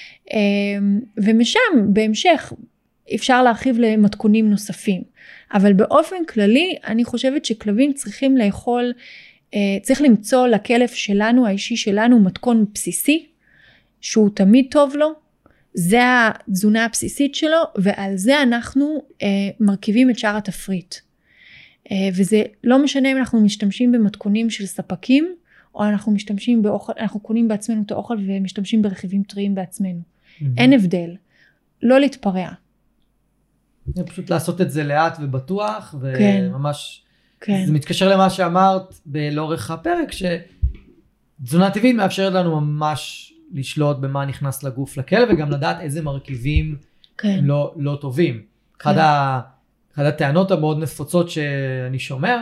ומשם, בהמשך, אפשר להרחיב למתכונים נוספים. אבל באופן כללי, אני חושבת שכלבים צריכים לאכול, צריך למצוא לכלב שלנו, האישי שלנו, מתכון בסיסי, שהוא תמיד טוב לו, זה התזונה הבסיסית שלו, ועל זה אנחנו אה, מרכיבים את שאר התפריט. אה, וזה לא משנה אם אנחנו משתמשים במתכונים של ספקים, או אנחנו משתמשים באוכל, אנחנו קונים בעצמנו את האוכל, ומשתמשים ברכיבים טריים בעצמנו. Mm-hmm. אין הבדל. לא להתפרע. זה פשוט לעשות את זה לאט ובטוח, וממש... כן. כן. זה מתקשר למה שאמרת לאורך הפרק, שתזונה טבעית מאפשרת לנו ממש לשלוט במה נכנס לגוף לכלב, וגם לדעת איזה מרכיבים כן. לא, לא טובים. כן. אחד, ה, אחד הטענות המאוד נפוצות שאני שומע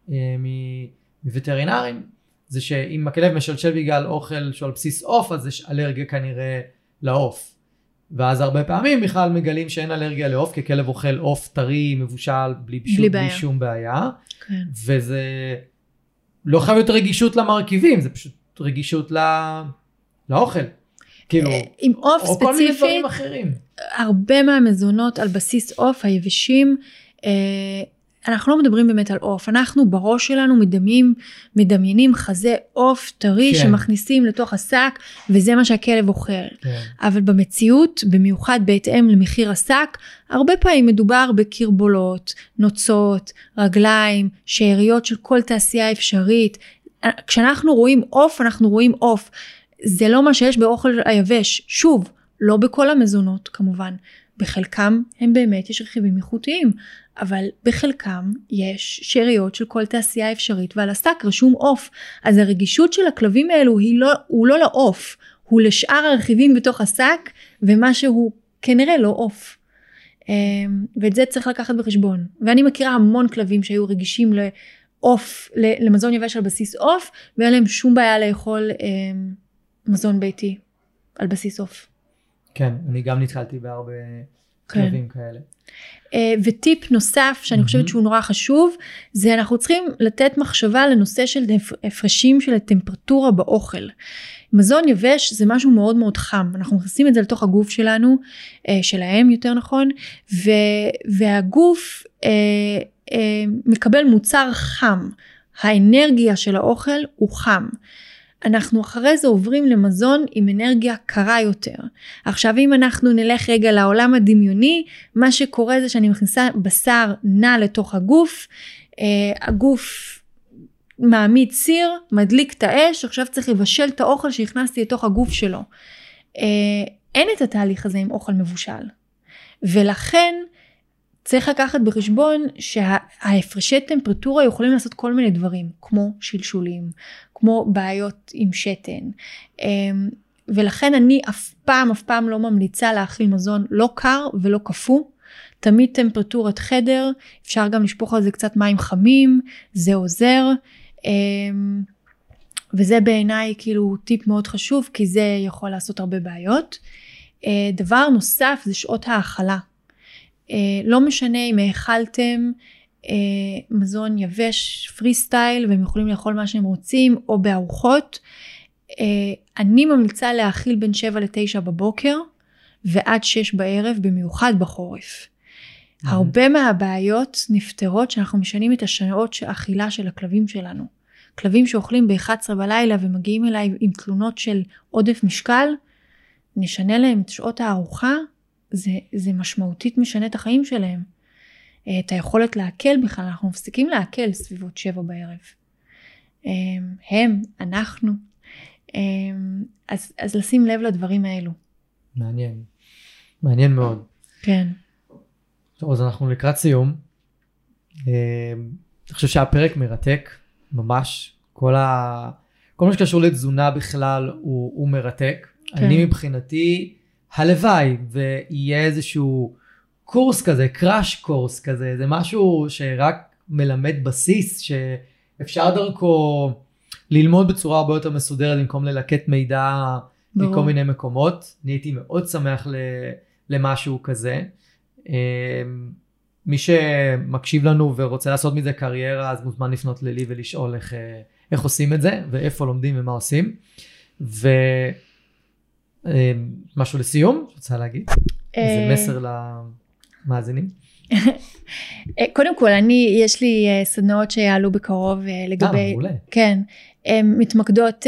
מווטרינרים, זה שאם הכלב משלשל בגלל אוכל שהוא על בסיס עוף, אז יש אלרגיה כנראה לעוף. ואז הרבה פעמים בכלל מגלים שאין אלרגיה לעוף, כי כלב אוכל עוף טרי, מבושל, בלי, בלי, בלי שום בעיה. כן. וזה לא חייב להיות רגישות למרכיבים, זה פשוט רגישות לא... לאוכל. כאילו, עם עוף ספציפית, או כל מיני דברים אחרים. הרבה מהמזונות על בסיס עוף, היבשים, אנחנו לא מדברים באמת על עוף, אנחנו בראש שלנו מדמיינים, מדמיינים חזה עוף טרי כן. שמכניסים לתוך השק, וזה מה שהכלב אוכל. כן. אבל במציאות, במיוחד בהתאם למחיר השק, הרבה פעמים מדובר בקרבולות, נוצות, רגליים, שאריות של כל תעשייה אפשרית. כשאנחנו רואים עוף, אנחנו רואים עוף. זה לא מה שיש באוכל היבש. שוב, לא בכל המזונות כמובן. בחלקם הם באמת יש רכיבים איכותיים, אבל בחלקם יש שאריות של כל תעשייה אפשרית, ועל השק רשום עוף. אז הרגישות של הכלבים האלו היא לא, הוא לא לעוף, הוא לשאר הרכיבים בתוך השק, ומה שהוא כנראה לא עוף. ואת זה צריך לקחת בחשבון. ואני מכירה המון כלבים שהיו רגישים לעוף, למזון יבש על בסיס עוף, ואין להם שום בעיה לאכול מזון ביתי על בסיס עוף. כן, אני גם נתחלתי בהרבה כלבים כאלה. וטיפ נוסף שאני חושבת שהוא נורא חשוב, זה אנחנו צריכים לתת מחשבה לנושא של הפרשים של הטמפרטורה באוכל. מזון יבש זה משהו מאוד מאוד חם, אנחנו מכניסים את זה לתוך הגוף שלנו, שלהם יותר נכון, והגוף מקבל מוצר חם, האנרגיה של האוכל הוא חם. אנחנו אחרי זה עוברים למזון עם אנרגיה קרה יותר. עכשיו אם אנחנו נלך רגע לעולם הדמיוני, מה שקורה זה שאני מכניסה בשר נע לתוך הגוף, הגוף מעמיד סיר, מדליק את האש, עכשיו צריך לבשל את האוכל שהכנסתי לתוך הגוף שלו. אין את התהליך הזה עם אוכל מבושל. ולכן צריך לקחת בחשבון שההפרשי טמפרטורה יכולים לעשות כל מיני דברים, כמו שלשולים, כמו בעיות עם שתן. ולכן אני אף פעם, אף פעם לא ממליצה להאכיל מזון לא קר ולא קפוא. תמיד טמפרטורת חדר, אפשר גם לשפוך על זה קצת מים חמים, זה עוזר. וזה בעיניי כאילו טיפ מאוד חשוב, כי זה יכול לעשות הרבה בעיות. דבר נוסף זה שעות האכלה. לא משנה אם האכלתם מזון יבש, פרי סטייל, והם יכולים לאכול מה שהם רוצים, או בארוחות. אני ממליצה להאכיל בין שבע לתשע בבוקר, ועד שש בערב, במיוחד בחורף. הרבה מהבעיות נפתרות שאנחנו משנים את השעות האכילה של הכלבים שלנו. כלבים שאוכלים ב-אחת עשרה בלילה ומגיעים אליי עם תלונות של עודף משקל, נשנה להם את שעות הארוחה, זה, זה משמעותית משנה את החיים שלהם. את היכולת להקל בכלל, אנחנו מפסיקים להקל סביבות שבע בערב. הם, אנחנו. אז, אז לשים לב לדברים האלו. מעניין. מעניין מאוד. כן. טוב, אז אנחנו לקראת סיום. אני חושב שהפרק מרתק, ממש. כל, ה... כל מה שקשור לתזונה בכלל הוא, הוא מרתק. כן. אני מבחינתי, הלוואי, ויהיה איזשהו קורס כזה, קראש קורס כזה, זה משהו שרק מלמד בסיס, שאפשר דרכו ללמוד בצורה הרבה יותר מסודרת, במקום ללקט מידע ברור. מכל מיני מקומות. אני הייתי מאוד שמח ל... למשהו כזה. מי שמקשיב לנו ורוצה לעשות מזה קריירה, אז מוזמן לפנות ללי ולשאול איך, איך עושים את זה, ואיפה לומדים ומה עושים. ומשהו לסיום, רוצה להגיד? איזה מסר למאזינים? קודם כל, אני, יש לי סדנאות שיעלו בקרוב לגבי... אה, מעולה. כן, הן מתמקדות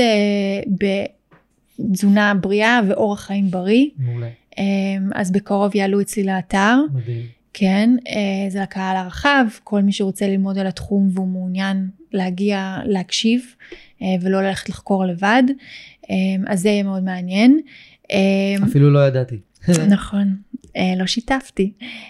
בתזונה בריאה ואורח חיים בריא. מעולה. אז בקרוב יעלו אצלי לאתר. מדהים. כן, זה לקהל הרחב, כל מי שרוצה ללמוד על התחום והוא מעוניין להגיע, להקשיב, ולא ללכת לחקור לבד, אז זה יהיה מאוד מעניין. אפילו לא ידעתי. נכון, לא שיתפתי.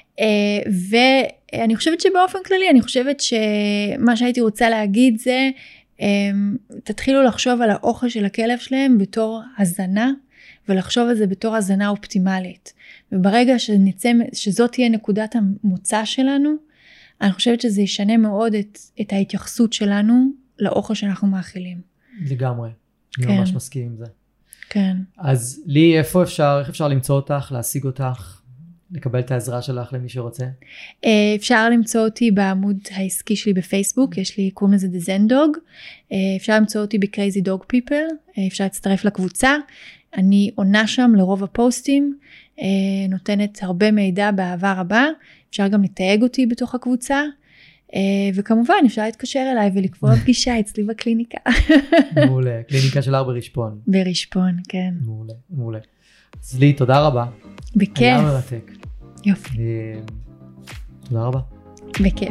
ואני חושבת שבאופן כללי, אני חושבת שמה שהייתי רוצה להגיד זה, תתחילו לחשוב על האוכל של הכלב שלהם בתור הזנה, ולחשוב על זה בתור הזנה אופטימלית. וברגע שנצא, שזאת תהיה נקודת המוצא שלנו, אני חושבת שזה ישנה מאוד את, את ההתייחסות שלנו לאוכל שאנחנו מאכילים. לגמרי. כן. אני ממש מסכים עם זה. כן. אז לי, איפה אפשר, איך אפשר למצוא אותך, להשיג אותך, לקבל את העזרה שלך למי שרוצה? אפשר למצוא אותי בעמוד העסקי שלי בפייסבוק, יש לי, קוראים לזה The Zen Dog. אפשר למצוא אותי ב-Crazy Dog People, אפשר להצטרף לקבוצה. אני עונה שם לרוב הפוסטים, נותנת הרבה מידע באהבה רבה, אפשר גם לתייג אותי בתוך הקבוצה, וכמובן אפשר להתקשר אליי ולקבוע פגישה אצלי בקליניקה. מעולה, קליניקה של הר ברשפון. ברשפון, כן. מעולה, מעולה. אז לי, תודה רבה. בכיף. היה מרתק. יופי. תודה רבה. בכיף.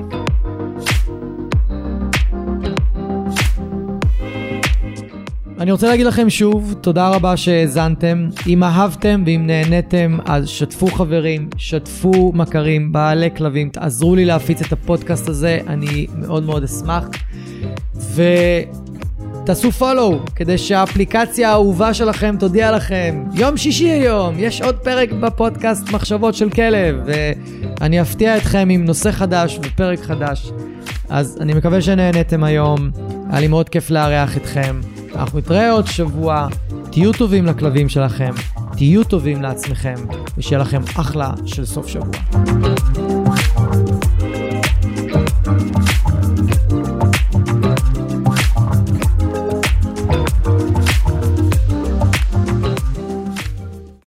אני רוצה להגיד לכם שוב, תודה רבה שהאזנתם. אם אהבתם ואם נהניתם, אז שתפו חברים, שתפו מכרים, בעלי כלבים, תעזרו לי להפיץ את הפודקאסט הזה, אני מאוד מאוד אשמח. ותעשו פולו, כדי שהאפליקציה האהובה שלכם תודיע לכם. יום שישי היום, יש עוד פרק בפודקאסט מחשבות של כלב, ואני אפתיע אתכם עם נושא חדש ופרק חדש. אז אני מקווה שנהניתם היום, היה לי מאוד כיף לארח אתכם. אנחנו נתראה עוד שבוע, תהיו טובים לכלבים שלכם, תהיו טובים לעצמכם, ושיהיה לכם אחלה של סוף שבוע.